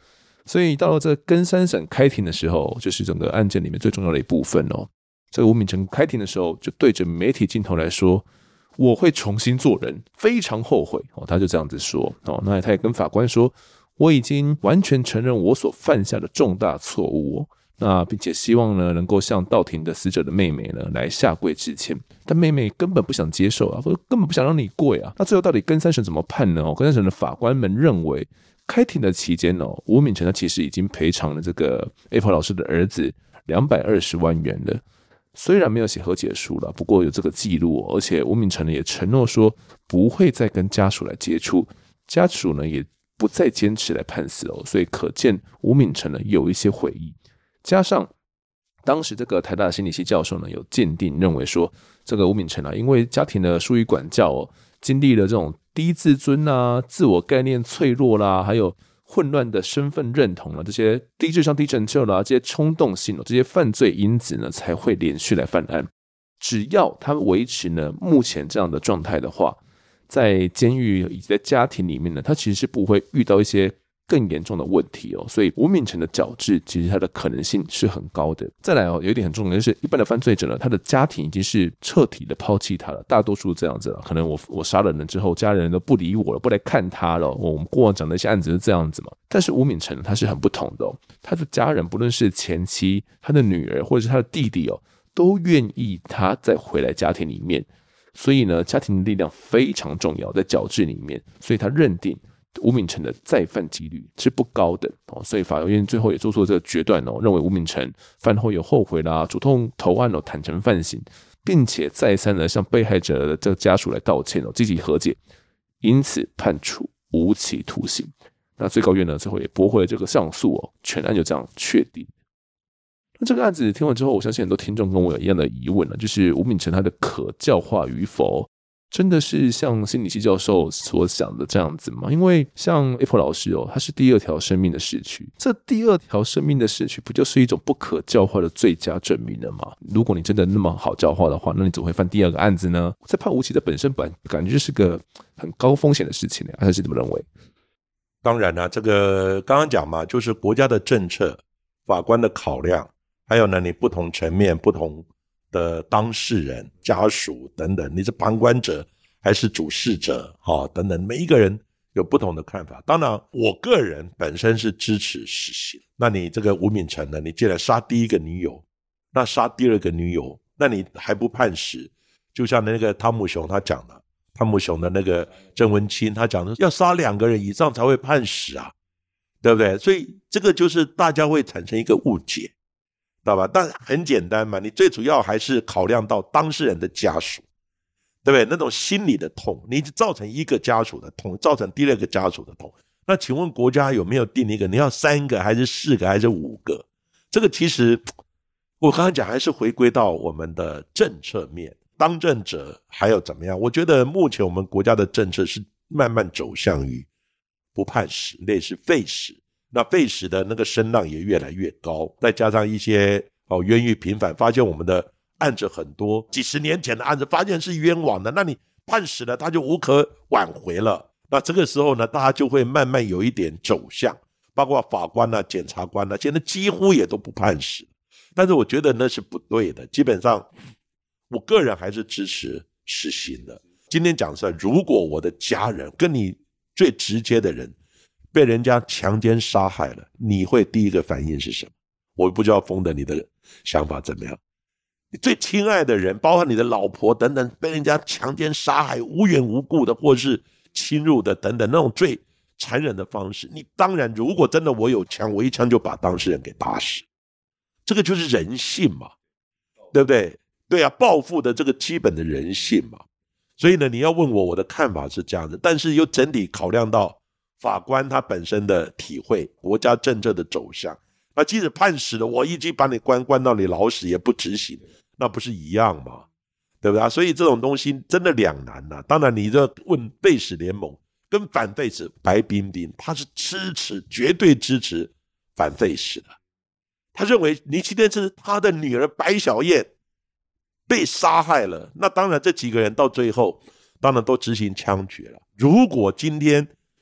所以到了这更三审开庭的时候，就是整个案件里面最重要的一部分哦。这个吴敏成开庭的时候，就对着媒体镜头来说：“我会重新做人，非常后悔。”哦，他就这样子说。哦，那他也跟法官说：“我已经完全承认我所犯下的重大错误哦。那并且希望呢，能够向到庭的死者的妹妹呢来下跪致歉。”但妹妹根本不想接受啊，根本不想让你跪啊。那最后到底更三审怎么判呢？哦，更三审的法官们认为，开庭的期间哦，吴敏成他其实已经赔偿了这个 Apple 老师的儿子两百二十万元了。虽然没有写和解书了，不过有这个记录哦，而且吴敏成也承诺说不会再跟家属来接触，家属呢也不再坚持来判死哦，所以可见吴敏成呢有一些悔意。加上当时这个台大心理系教授呢有鉴定认为说，这个吴敏成啊，因为家庭的疏于管教哦，经历了这种低自尊啊、自我概念脆弱啦，还有混乱的身份认同了，这些低智商、低成就啦，这些冲动性这些犯罪因子呢，才会连续来犯案。只要他维持呢目前这样的状态的话，在监狱以及在家庭里面呢，他其实是不会遇到一些更严重的问题哦。所以吴敏成的矫治其实他的可能性是很高的。再来哦，有一点很重要的就是，一般的犯罪者呢，他的家庭已经是彻底的抛弃他了，大多数这样子了。可能我我杀了人之后，家人都不理我了，不来看他了。我们过往讲的一些案子是这样子嘛。但是吴敏成他是很不同的哦，他的家人不论是前妻、他的女儿或者是他的弟弟哦，都愿意他再回来家庭里面。所以呢，家庭的力量非常重要，在矫治里面。所以他认定吴敏成的再犯几率是不高的哦，所以法院最后也做出了这个决断哦，认为吴敏成犯后有后悔啦，主动投案哦，坦诚犯行，并且再三的向被害者的这个家属来道歉哦，积极和解，因此判处无期徒刑。那最高院呢，最后也驳回了这个上诉哦，全案就这样确定。那这个案子听完之后，我相信很多听众跟我有一样的疑问了，就是吴敏成他的可教化与否？真的是像心理系教授所想的这样子吗？因为像 Apple 老师哦，他是第二条生命的逝去，这第二条生命的逝去不就是一种不可教化的最佳证明了吗？如果你真的那么好教化的话，那你怎么会犯第二个案子呢？在判无期的本身本感觉就是个很高风险的事情呢，还是怎么认为？ 当然啦、啊，这个刚刚讲嘛，就是国家的政策、法官的考量，还有呢，你不同层面、不同的当事人、家属等等，你是旁观者还是主事者、哦、等等，每一个人有不同的看法。当然我个人本身是支持死刑。那你这个吴敏成呢，你既然杀第一个女友，那杀第二个女友，那你还不判死？就像那个汤姆熊他讲的，汤姆熊的那个郑文清他讲的，要杀两个人以上才会判死啊，对不对？所以这个就是大家会产生一个误解，知道吧？但很简单嘛，你最主要还是考量到当事人的家属，对不对？那种心理的痛，你造成一个家属的痛，造成第二个家属的痛，那请问国家有没有定一个，你要三个还是四个还是五个？这个其实我刚才讲还是回归到我们的政策面，当政者还有怎么样？我觉得目前我们国家的政策是慢慢走向于不判死，类似废死。那废死的那个声浪也越来越高，再加上一些哦冤狱频繁，发现我们的案子很多，几十年前的案子发现是冤枉的，那你判死了，他就无可挽回了。那这个时候呢，大家就会慢慢有一点走向，包括法官啊、检察官啊，现在几乎也都不判死。但是我觉得那是不对的，基本上我个人还是支持死刑的。今天讲说，如果我的家人跟你最直接的人被人家强奸杀害了，你会第一个反应是什么？我不知道封的你的想法怎么样。你最亲爱的人，包括你的老婆等等，被人家强奸杀害，无缘无故的或是侵入的等等，那种最残忍的方式，你当然如果真的我有枪，我一枪就把当事人给打死，这个就是人性嘛，对不对？对啊，报复的这个基本的人性嘛。所以呢，你要问我，我的看法是这样子，但是又整体考量到法官他本身的体会，国家政策的走向，那即使判死了，我一经把你关关到你老死也不执行，那不是一样吗？对不对？所以这种东西真的两难啊。当然你这问废死联盟跟反废死，白冰冰他是支持，绝对支持反废死的。他认为你今天是他的女儿白小燕被杀害了，那当然这几个人到最后当然都执行枪决了。如果今天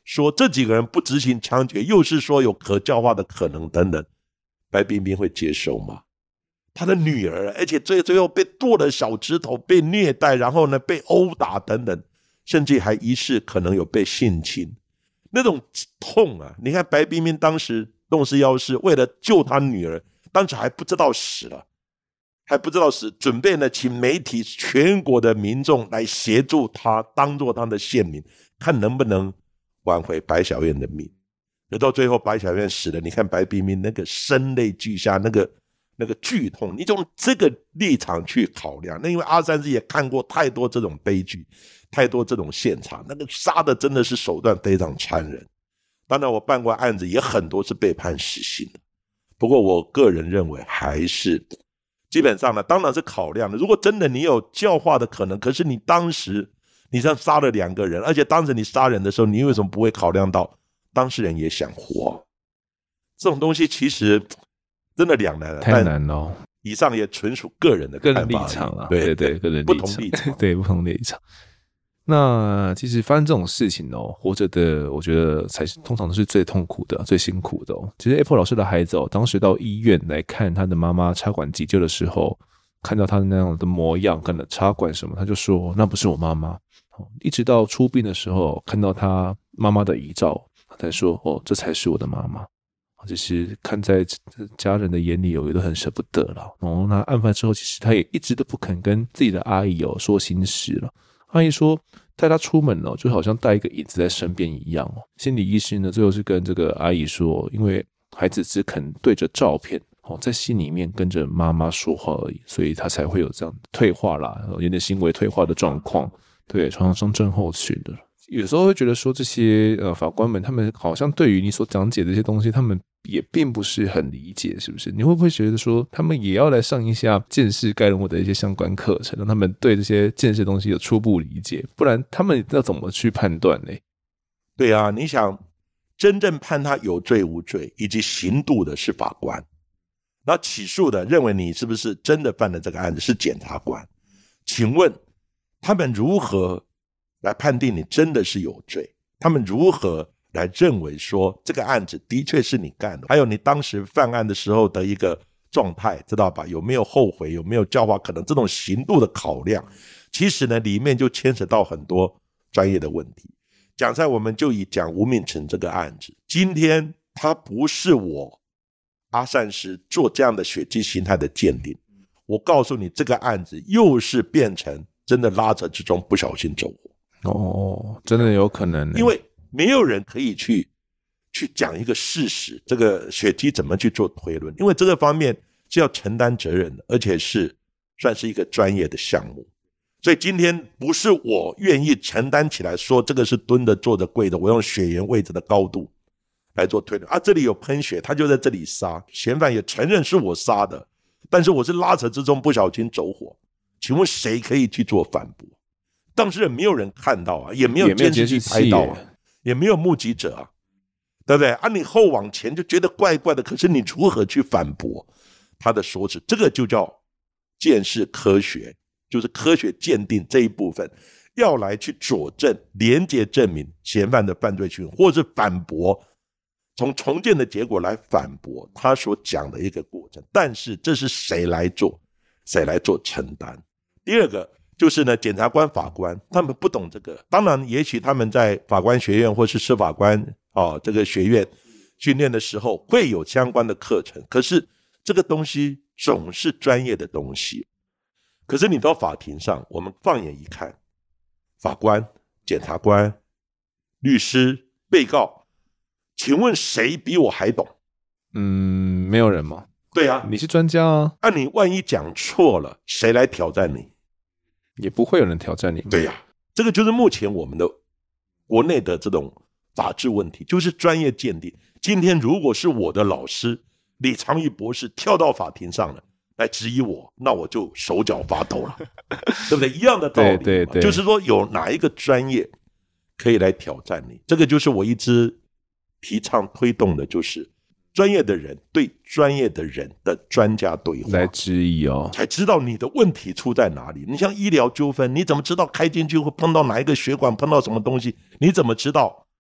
说这几个人不执行枪决，又是说有可教化的可能等等，白冰冰会接受吗？他的女儿，而且最最后被剁了小指头，被虐待，然后呢被殴打等等，甚至还疑似可能有被性侵，那种痛啊！你看白冰冰当时动四幺四为了救他女儿，当时还不知道死了，还不知道死，准备呢请媒体全国的民众来协助他，当做他的县民，看能不能挽回白小燕的命。而到最后白小燕死了，你看白冰冰那个声泪俱下，那个那个剧痛，你从这个立场去考量。那因为阿三师也看过太多这种悲剧，太多这种现场，那个杀的真的是手段非常残忍。当然我办过案子也很多是被判死刑的，不过我个人认为还是基本上呢，当然是考量的，如果真的你有教化的可能，可是你当时你这样杀了两个人，而且当时你杀人的时候，你为什么不会考量到当事人也想活？这种东西其实真的两难了， 太难了、哦。 以上也纯属个人的看法， 个人立场啊， 对对对，个人不同立场， 对不同立场。那其实发生这种事情哦，活着的我觉得才是通常都是最痛苦的、最辛苦的哦。其实 Apple 老师的孩子哦，当时到医院来看他的妈妈插管急救的时候，看到他那样的模样，跟了插管什么，他就说那不是我妈妈。一直到出殡的时候，看到他妈妈的遗照，他才说哦，这才是我的妈妈。其实看在家人的眼里有都很舍不得了。然后他案发之后，其实他也一直都不肯跟自己的阿姨哦说心事了。阿姨说带他出门哦，就好像带一个影子在身边一样哦。心理医师呢，最后是跟这个阿姨说，因为孩子只肯对着照片哦，在心里面跟着妈妈说话而已，所以他才会有这样退化啦，有点行为退化的状况，对，创伤症候群的。有时候会觉得说这些呃法官们他们好像对于你所讲解的这些东西他们也并不是很理解，是不是？你会不会觉得说他们也要来上一下鉴识概论的一些相关课程，让他们对这些鉴识东西有初步理解，不然他们要怎么去判断呢？ 对啊，你想真正判他有罪无罪以及刑度的是法官，然后起诉的认为你是不是真的犯了这个案子是检察官，请问他们如何来判定你真的是有罪？他们如何来认为说这个案子的确是你干的？还有你当时犯案的时候的一个状态，知道吧？有没有后悔？有没有教化？可能这种刑度的考量，其实呢里面就牵扯到很多专业的问题。讲在我们就以讲吴敏成这个案子，今天他不是我阿善师做这样的血迹形态的鉴定，我告诉你这个案子又是变成真的拉扯之中不小心走火。 哦，真的有可能， 因为没有人可以去去讲一个事实，这个血迹怎么去做推论，因为这个方面是要承担责任的，而且是算是一个专业的项目。所以今天不是我愿意承担起来说这个是蹲的坐的跪的，我用血缘位置的高度来做推论啊，这里有喷血，他就在这里杀，嫌犯也承认是我杀的，但是我是拉扯之中不小心走火，请问谁可以去做反驳？当事人没有人看到啊，也没有监视器拍到啊，也没有目击者啊，对不对啊？你后往前就觉得怪怪的，可是你如何去反驳他的说辞？这个就叫鉴识科学，就是科学鉴定这一部分要来去佐证、连结证明嫌犯的犯罪行为，或是反驳，从重建的结果来反驳他所讲的一个过程。但是这是谁来做？谁来做承担？第二个就是呢，检察官、法官他们不懂这个，当然也许他们在法官学院或是司法官哦这个学院训练的时候会有相关的课程，可是这个东西总是专业的东西。可是你到法庭上，我们放眼一看，法官、检察官、律师、被告，请问谁比我还懂？ 嗯，没有人吗？ 对啊， 你是专家啊， 那、啊、你万一讲错了，谁来挑战你？ 也不会有人挑战你。 对呀、啊，这个就是目前我们的国内的这种法治问题，就是专业鉴定。今天如果是我的老师李长钰博士跳到法庭上了来质疑我，那我就手脚发抖了，对不对？一样的道理， 对对对， 就是说有哪一个专业可以来挑战你？这个就是我一直提倡推动的，就是专业的人对专业的人的专家对话来质疑哦， 才知道你的问题出在哪里。你像医疗纠纷，你怎么知道开进去会碰到哪一个血管，碰到什么东西？你怎么知道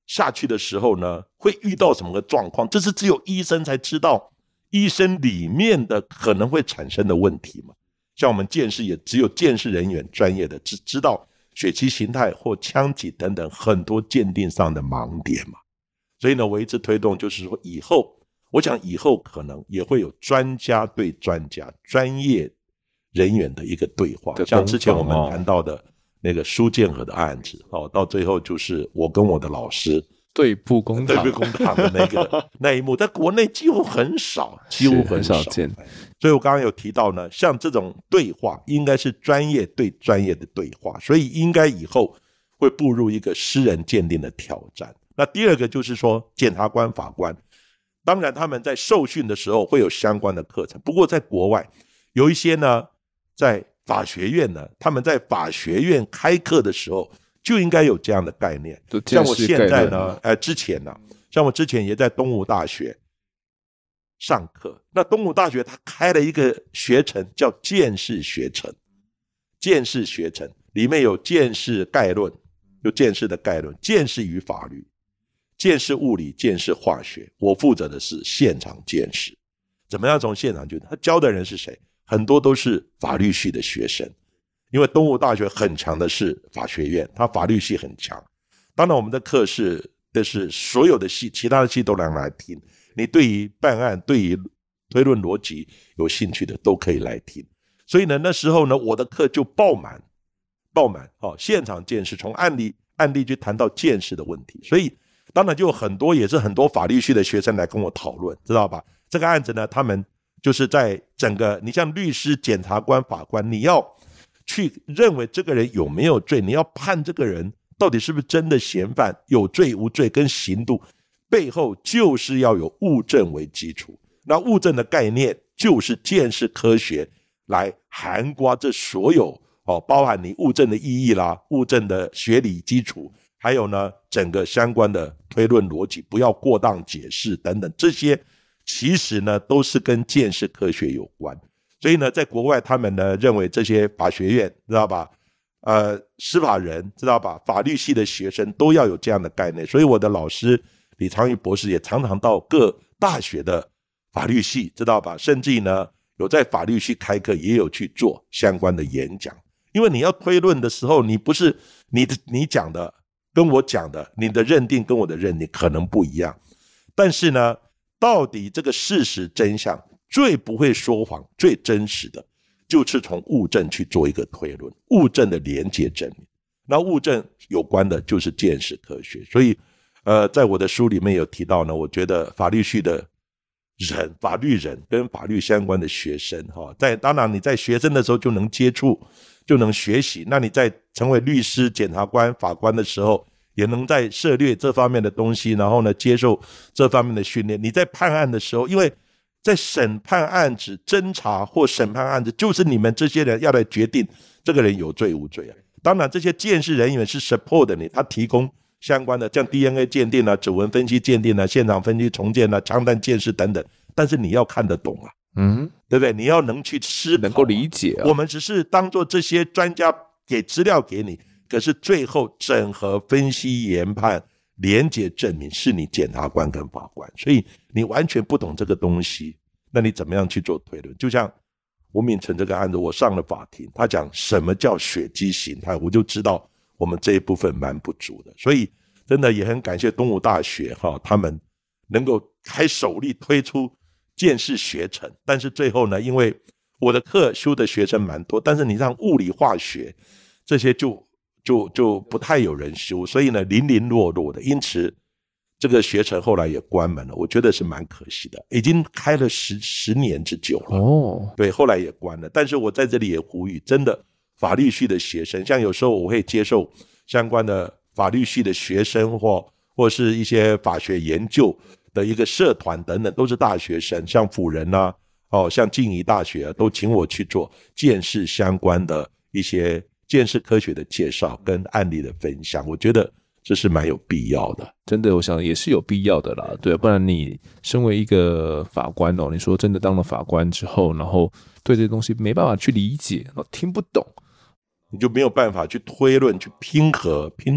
下去的时候呢，会遇到什么个状况？这是只有医生才知道，医生里面的可能会产生的问题嘛。像我们鉴识也只有鉴识人员专业的只知道血气形态或腔体等等很多鉴定上的盲点嘛。所以呢，我一直推动就是说，以后我想以后可能也会有专家对专家、专业人员的一个对话，像之前我们谈到的那个苏建和的案子，哦，到最后就是我跟我的老师对簿公堂， 对簿公堂的那个那一幕，在国内几乎很少，几乎很少， 很少见。 所以我刚刚有提到呢，像这种对话应该是专业对专业的对话，所以应该以后会步入一个私人鉴定的挑战。那第二个就是说，检察官、法官，当然他们在受训的时候会有相关的课程，不过在国外有一些呢，在法学院呢，他们在法学院开课的时候就应该有这样的概念。像我现在呢，呃，之前呢、啊，像我之前也在东吴大学上课，那东吴大学他开了一个学程叫鉴识学程，鉴识学程里面有鉴识概论，有鉴识的概论，鉴识与法律，鉴识物理，鉴识化学，我负责的是现场鉴识。怎么样从现场鉴识？他教的人是谁？很多都是法律系的学生，因为东吴大学很强的是法学院，他法律系很强。当然我们的课是的是所有的系，其他的系都能来听，你对于办案、对于推论逻辑有兴趣的都可以来听。所以呢，那时候呢，我的课就爆满爆满、哦、现场鉴识，从案例案例去谈到鉴识的问题。所以当然就有很多也是很多法律系的学生来跟我讨论，知道吧？这个案子呢，他们就是在整个，你像律师、检察官、法官，你要去认为这个人有没有罪，你要判这个人到底是不是真的嫌犯，有罪无罪跟刑度背后就是要有物证为基础。那物证的概念就是鉴识科学来涵盖这所有、哦、包含你物证的意义啦，物证的学理基础，还有呢整个相关的推论逻辑，不要过当解释等等，这些其实呢都是跟鉴识科学有关。所以呢在国外他们呢认为这些法学院知道吧，呃，司法人知道吧，法律系的学生都要有这样的概念。所以我的老师李长宇博士也常常到各大学的法律系知道吧，甚至呢有在法律系开课，也有去做相关的演讲。因为你要推论的时候，你不是你的你讲的跟我讲的，你的认定跟我的认定可能不一样，但是呢到底这个事实真相最不会说谎最真实的就是从物证去做一个推论，物证的连结证明。那物证有关的就是鉴识科学。所以呃，在我的书里面有提到呢，我觉得法律系的人法律人跟法律相关的学生、哦、在当然你在学生的时候就能接触就能学习，那你在成为律师、检察官、法官的时候也能在涉猎这方面的东西，然后呢接受这方面的训练。你在判案的时候，因为在审判案子、侦查或审判案子，就是你们这些人要来决定这个人有罪无罪啊。当然这些鉴识人员是 support 你，他提供相关的像 D N A 鉴定啊、指纹分析鉴定啊、现场分析重建啊、枪弹鉴识等等，但是你要看得懂啊，嗯，对不对？你要能去思考、啊、 能够理解、啊、 我们只是当做这些专家给资料给你，可是最后整合分析研判连结证明是你检察官跟法官，所以你完全不懂这个东西，那你怎么样去做推论？就像吴敏成这个案子，我上了法庭，他讲什么叫血迹形态，我就知道我们这一部分蛮不足的。所以真的也很感谢东吴大学、哦、他们能够开首例推出鉴识学程，但是最后呢，因为我的课修的学生蛮多，但是你让物理化学这些就就就不太有人修，所以呢零零落落的，因此这个学程后来也关门了，我觉得是蛮可惜的，已经开了十十年之久了哦。对，后来也关了。但是我在这里也呼吁，真的法律系的学生，像有时候我会接受相关的法律系的学生或或是一些法学研究的一个社团等等，都是大学生，像辅仁啊，哦，像静宜大学啊，都请我去做鉴识相关的一些鉴识科学的介绍跟案例的分享，我觉得这是蛮有必要的。 真的我想也是有必要的啦，对，不然你身为一个法官哦，你说真的当了法官之后，然后对这些东西没办法去理解，听不懂， 你就没有办法去推论去拼合拼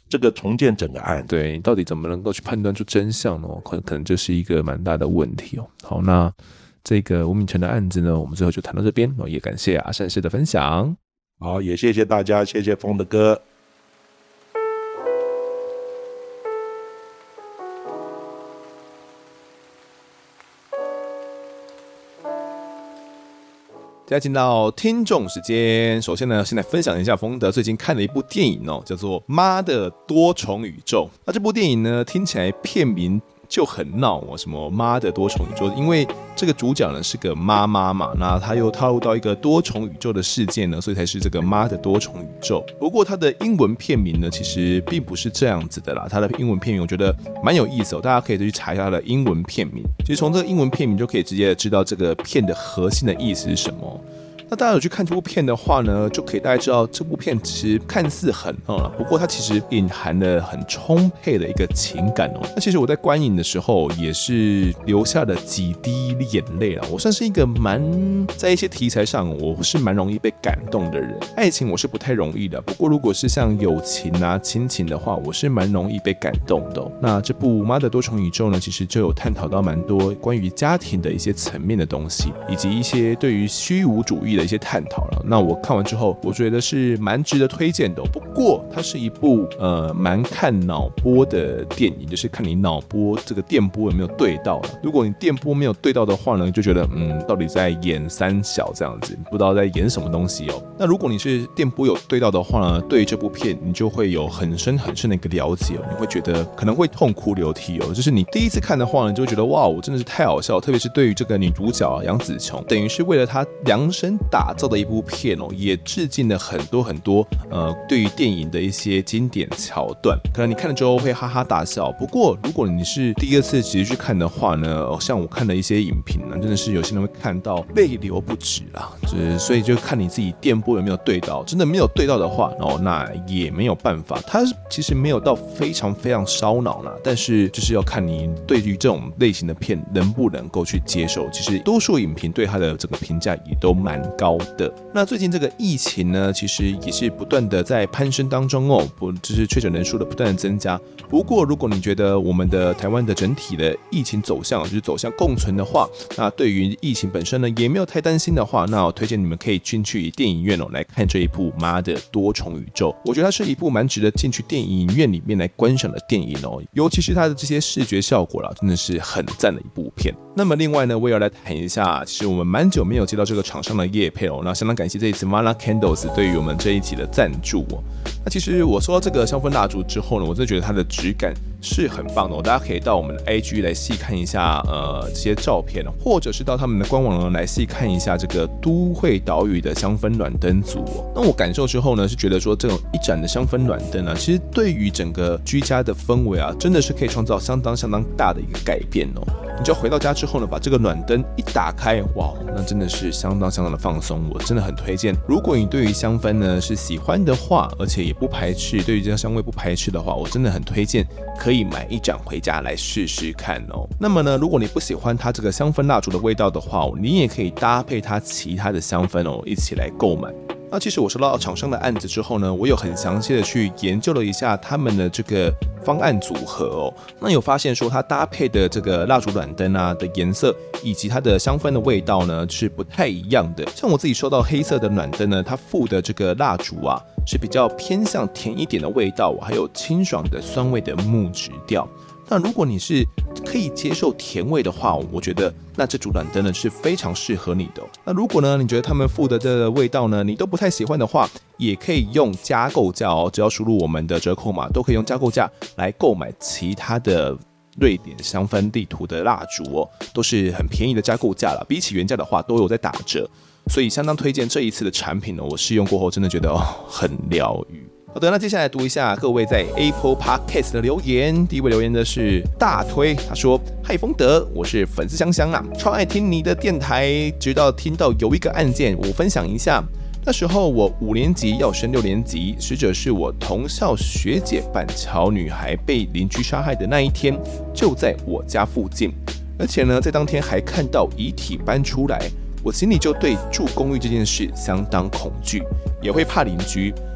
这个重建整个案子。 对，到底怎么能够去判断出真相呢？可能可能这是一个蛮大的问题哦。好，那这个吴敏成的案子呢，我们最后就谈到这边哦，也感谢阿善师的分享。 好，也谢谢大家，谢谢峰的哥。 接下来进到听众时间，首先呢，先来分享一下丰德最近看的一部电影哦，叫做《妈的多重宇宙》。那这部电影呢，听起来片名就很闹哦，什么妈的多重宇宙？因为这个主角呢是个妈妈嘛，那他又套入到一个多重宇宙的世界呢，所以才是这个妈的多重宇宙。不过它的英文片名呢，其实并不是这样子的啦。它的英文片名我觉得蛮有意思哦，大家可以去查一下它的英文片名。其实从这个英文片名就可以直接知道这个片的核心的意思是什么。那大家有去看这部片的话呢，就可以大概知道这部片其实看似很嗯，不过它其实隐含了很充沛的一个情感哦。那其实我在观影的时候也是流下了几滴眼泪啦。我算是一个蛮在一些题材上我是蛮容易被感动的人，爱情我是不太容易的，不过如果是像友情啊、亲情的话，我是蛮容易被感动的哦。那这部《妈的多重宇宙》呢，其实就有探讨到蛮多关于家庭的一些层面的东西，以及一些对于虚无主义的一些探讨了。那我看完之后，我觉得是蛮值得推荐的哦。不过它是一部呃蛮看脑波的电影，就是看你脑波这个电波有没有对到了。如果你电波没有对到的话呢，就觉得嗯，到底在演三小这样子，不知道在演什么东西哦。那如果你是电波有对到的话呢，对于这部片你就会有很深很深的一个了解哦。你会觉得可能会痛哭流涕哦。就是你第一次看的话呢，你就会觉得哇，我真的是太好笑，特别是对于这个女主角杨紫琼，等于是为了她量身打造的一部片哦，也致敬了很多很多呃对于电影的一些经典桥段，可能你看了之后会哈哈大笑。不过如果你是第二次直接去看的话呢，哦、像我看了一些影评呢，真的是有些人会看到泪流不止啦。就是所以就看你自己电波有没有对到，真的没有对到的话，哦，那也没有办法。它其实没有到非常非常烧脑啦，但是就是要看你对于这种类型的片能不能够去接受。其实多数影评对它的整个评价也都蛮高的。那最近这个疫情呢，其实也是不断的在攀升当中哦，不就是确诊人数的不断的增加。不过如果你觉得我们的台湾的整体的疫情走向就是走向共存的话，那对于疫情本身呢也没有太担心的话，那我推荐你们可以进去电影院哦来看这一部《妈的多重宇宙》。我觉得它是一部蛮值得进去电影院里面来观赏的电影哦，尤其是它的这些视觉效果啦，真的是很赞的一部片。那么另外呢，我也要来谈一下，其实我们蛮久没有接到这个厂商的业配哦，那相当感谢这一次 Mala Candles 对于我们这一期的赞助哦。那其实我收到这个香氛蜡烛之后呢，我真的觉得它的质感是很棒的哦，大家可以到我们的 I G 来细看一下呃这些照片，或者是到他们的官网呢来细看一下这个都会岛屿的香氛暖灯组哦。那我感受之后呢，是觉得说这种一盏的香氛暖灯啊，其实对于整个居家的氛围啊，真的是可以创造相当相当大的一个改变哦。你就回到家之后呢，把这个暖灯一打开，哇，那真的是相当相当的放松。我真的很推荐，如果你对于香氛呢是喜欢的话，而且也不排斥，对于这个香味不排斥的话，我真的很推荐可以买一盏回家来试试看哦。那么呢，如果你不喜欢它这个香氛蜡烛的味道的话，你也可以搭配它其他的香氛哦，一起来购买。那其实我收到厂商的案子之后呢，我有很详细的去研究了一下他们的这个方案组合哦。那有发现说，它搭配的这个蜡烛暖灯啊的颜色以及它的香氛的味道呢是不太一样的。像我自己收到黑色的暖灯呢，它附的这个蜡烛啊是比较偏向甜一点的味道，还有清爽的酸味的木质调。那如果你是可以接受甜味的话，我觉得那这组暖灯呢是非常适合你的哦。那如果呢你觉得他们附的这个味道呢你都不太喜欢的话，也可以用加购价哦，只要输入我们的折扣码，都可以用加购价来购买其他的瑞典香氛地图的蜡烛哦，都是很便宜的加购价啦，比起原价的话都有在打折，所以相当推荐这一次的产品呢。我试用过后真的觉得哦很疗愈。好的，那接下来读一下各位在 Apple Podcast 的留言。第一位留言的是大推，他说：嗨，丰德，我是粉丝香香啊，超爱听你的电台，直到听到有一个案件，我分享一下。那时候我五年级要升六年级，死者是我同校学姐板桥女孩被邻居杀害的那一天，就在我家附近，而且呢，在当天还看到遗体搬出来，我心里就对住公寓这件事相当恐惧，也会怕邻居。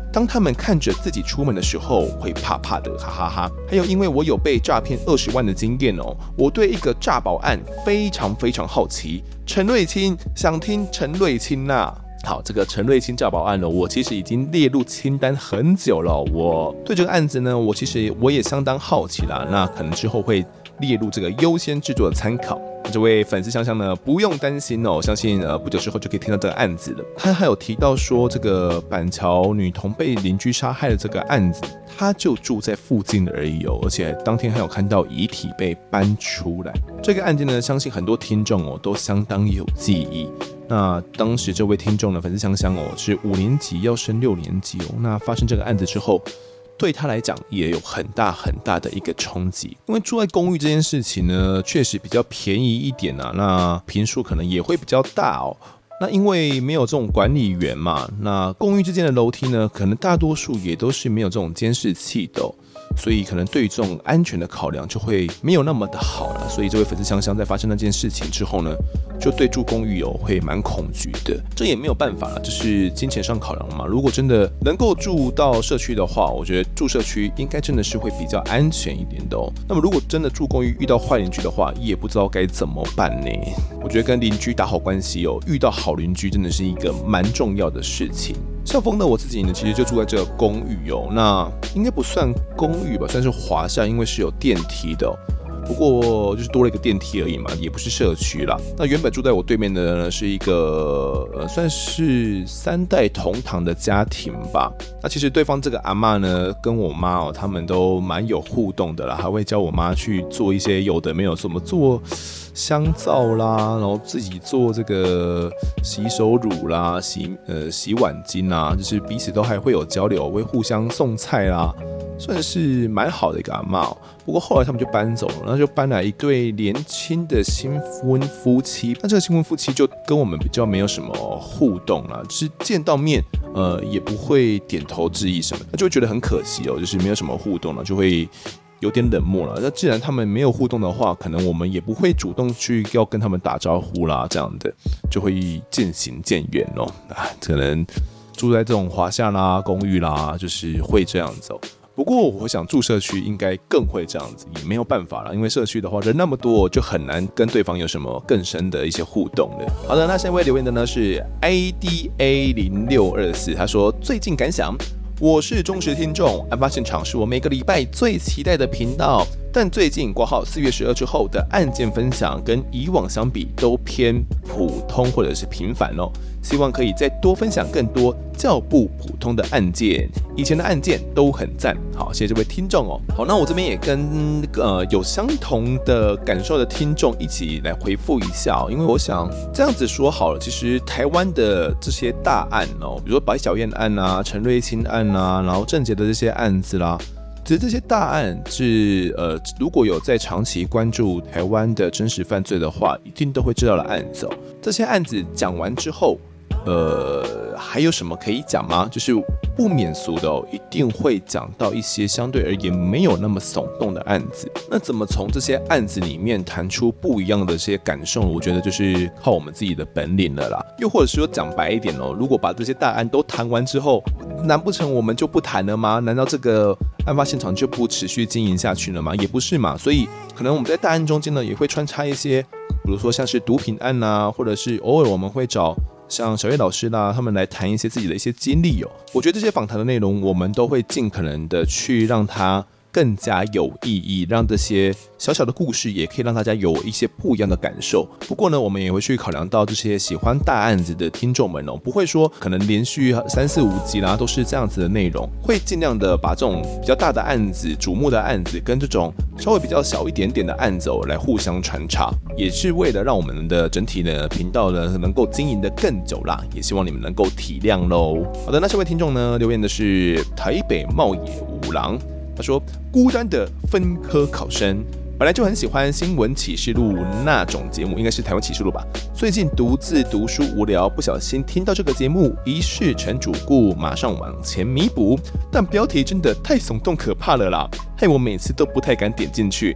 当他们看着自己出门的时候会怕怕的，哈哈哈。还有因为我有被诈骗二十万的经验哦，我对一个诈保案非常非常好奇。陈瑞清，想听陈瑞清呐。好，这个陈瑞清诈保案呢，我其实已经列入清单很久了。我对这个案子呢，我其实我也相当好奇啦。那可能之后会列入这个优先制作的参考。这位粉丝香香呢，不用担心哦，相信呃不久之后就可以听到这个案子了。他还有提到说，这个板桥女童被邻居杀害的这个案子，他就住在附近而已哦，而且当天还有看到遗体被搬出来。这个案件呢，相信很多听众哦都相当有记忆。那当时这位听众呢，粉丝香香哦，是五年级要升六年级哦。那发生这个案子之后，对他来讲也有很大很大的一个冲击，因为住在公寓这件事情呢，确实比较便宜一点啊，那坪数可能也会比较大哦。那因为没有这种管理员嘛，那公寓之间的楼梯呢，可能大多数也都是没有这种监视器的哦。所以可能对于这种安全的考量就会没有那么的好了，所以这位粉丝香香在发生那件事情之后呢，就对住公寓哦会蛮恐惧的。这也没有办法了，就是金钱上考量嘛。如果真的能够住到社区的话，我觉得住社区应该真的是会比较安全一点的哦。那么如果真的住公寓遇到坏邻居的话，也不知道该怎么办呢。我觉得跟邻居打好关系哦，遇到好邻居真的是一个蛮重要的事情。像风的我自己呢，其实就住在这个公寓哦，那应该不算公寓吧，算是华夏，因为是有电梯的哦。不过就是多了一个电梯而已嘛，也不是社区啦。那原本住在我对面的呢，是一个呃算是三代同堂的家庭吧。那其实对方这个阿嬷呢，跟我妈哦，他们都蛮有互动的啦，还会教我妈去做一些有的没有，怎么做香皂啦，然后自己做这个洗手乳啦、洗呃洗碗巾啦，就是彼此都还会有交流，会互相送菜啦。算是蛮好的一个阿嬷哦，不过后来他们就搬走了，然后就搬来一对年轻的新婚夫妻。那这个新婚夫妻就跟我们比较没有什么互动啦，就是见到面，呃，也不会点头致意什么的，那就会觉得很可惜哦，就是没有什么互动了，就会有点冷漠了。那既然他们没有互动的话，可能我们也不会主动去要跟他们打招呼啦，这样的就会渐行渐远哦。啊，可能住在这种华夏啦、公寓啦，就是会这样子哦。不过我想住社区应该更会这样子，也没有办法了，因为社区的话人那么多，就很难跟对方有什么更深的一些互动了。好的，那下一位留言的呢是 A D A 零六二四， 他说最近感想，我是忠实听众，案发现场是我每个礼拜最期待的频道，但最近挂号四月十二之后的案件分享跟以往相比都偏普通或者是平凡哦，希望可以再多分享更多较不普通的案件，以前的案件都很赞。好，谢谢这位听众哦。好，那我这边也跟呃有相同的感受的听众一起来回复一下哦，因为我想这样子说好了，其实台湾的这些大案哦，比如说白小燕案啊、陈瑞清案啊，然后郑捷的这些案子啦。其实这些大案是呃，如果有在长期关注台湾的真实犯罪的话，一定都会知道的案子哦。这些案子讲完之后，呃，还有什么可以讲吗？就是不免俗的哦，一定会讲到一些相对而言没有那么耸动的案子。那怎么从这些案子里面谈出不一样的这些感受？我觉得就是靠我们自己的本领了啦。又或者说讲白一点哦，如果把这些大案都谈完之后，难不成我们就不谈了吗？难道这个案发现场就不持续经营下去了吗？也不是嘛。所以可能我们在大案中间呢，也会穿插一些，比如说像是毒品案啊，或者是偶尔我们会找像小叶老师啦，他们来谈一些自己的一些经历哦。我觉得这些访谈的内容，我们都会尽可能的去让它更加有意义，让这些小小的故事也可以让大家有一些不一样的感受。不过呢，我们也会去考量到这些喜欢大案子的听众们哦，不会说可能连续三四五集啦都是这样子的内容，会尽量的把这种比较大的案子、瞩目的案子跟这种稍微比较小一点点的案子哦来互相穿插，也是为了让我们的整体的频道呢能够经营的更久啦，也希望你们能够体谅喽。好的，那这位听众呢留言的是台北茂野五郎。他说：“孤单的分科考生，本来就很喜欢《新闻启示录》那种节目，应该是台湾启示录吧。最近独自读书无聊，不小心听到这个节目，一试成主顾，马上往前弥补。但标题真的太耸动可怕了啦，害我每次都不太敢点进去。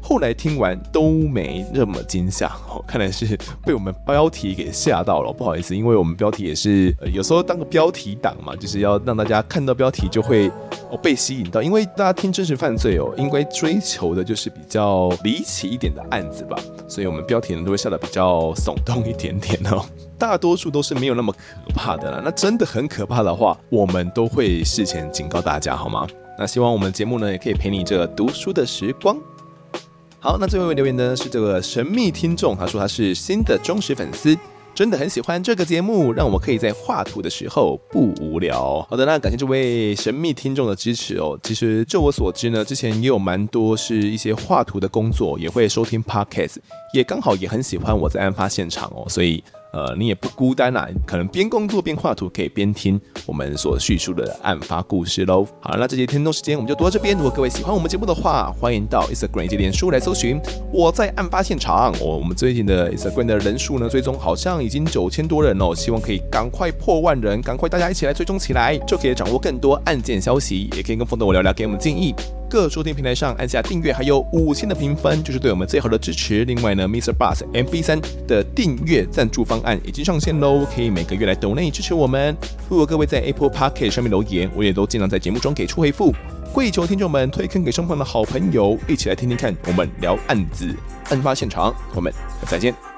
后来听完都没这么惊吓、哦、看来是被我们标题给吓到了，不好意思，因为我们标题也是、呃、有时候当个标题党嘛，就是要让大家看到标题就会、哦、被吸引到，因为大家听真实犯罪哦，应该追求的就是比较离奇一点的案子吧，所以我们标题呢都会下得比较耸动一点点哦，大多数都是没有那么可怕的啦，那真的很可怕的话，我们都会事前警告大家好吗？那希望我们的节目呢也可以陪你这个读书的时光。好，那最后一位留言呢是这个神秘听众，他说他是新的忠实粉丝，真的很喜欢这个节目，让我可以在画图的时候不无聊。好的，那感谢这位神秘听众的支持哦。其实就我所知呢，之前也有蛮多是一些画图的工作，也会收听 podcast， 也刚好也很喜欢我在案发现场哦，所以呃，你也不孤单啦，可能边工作边画图，可以边听我们所叙述的案发故事喽。好，那这节听众时间我们就读到这边。如果各位喜欢我们节目的话，欢迎到 Instagram 以及脸书来搜寻我在案发现场。我我们最近的 Instagram 的人数呢，追踪好像已经九千多人哦，希望可以赶快破万人，赶快大家一起来追踪起来，就可以掌握更多案件消息，也可以跟风的我聊聊，给我们建议。各收听平台上按下订阅，还有五星的评分，就是对我们最好的支持。另外呢 ，Mister Bus M B 三 的订阅赞助方案已经上线喽，可以每个月来抖内支持我们。如果各位在 Apple Podcast 上面留言，我也都尽量在节目中给出回复。跪求听众们推坑给身旁的好朋友，一起来听听看，我们聊案子、案发现场。我们下次再见。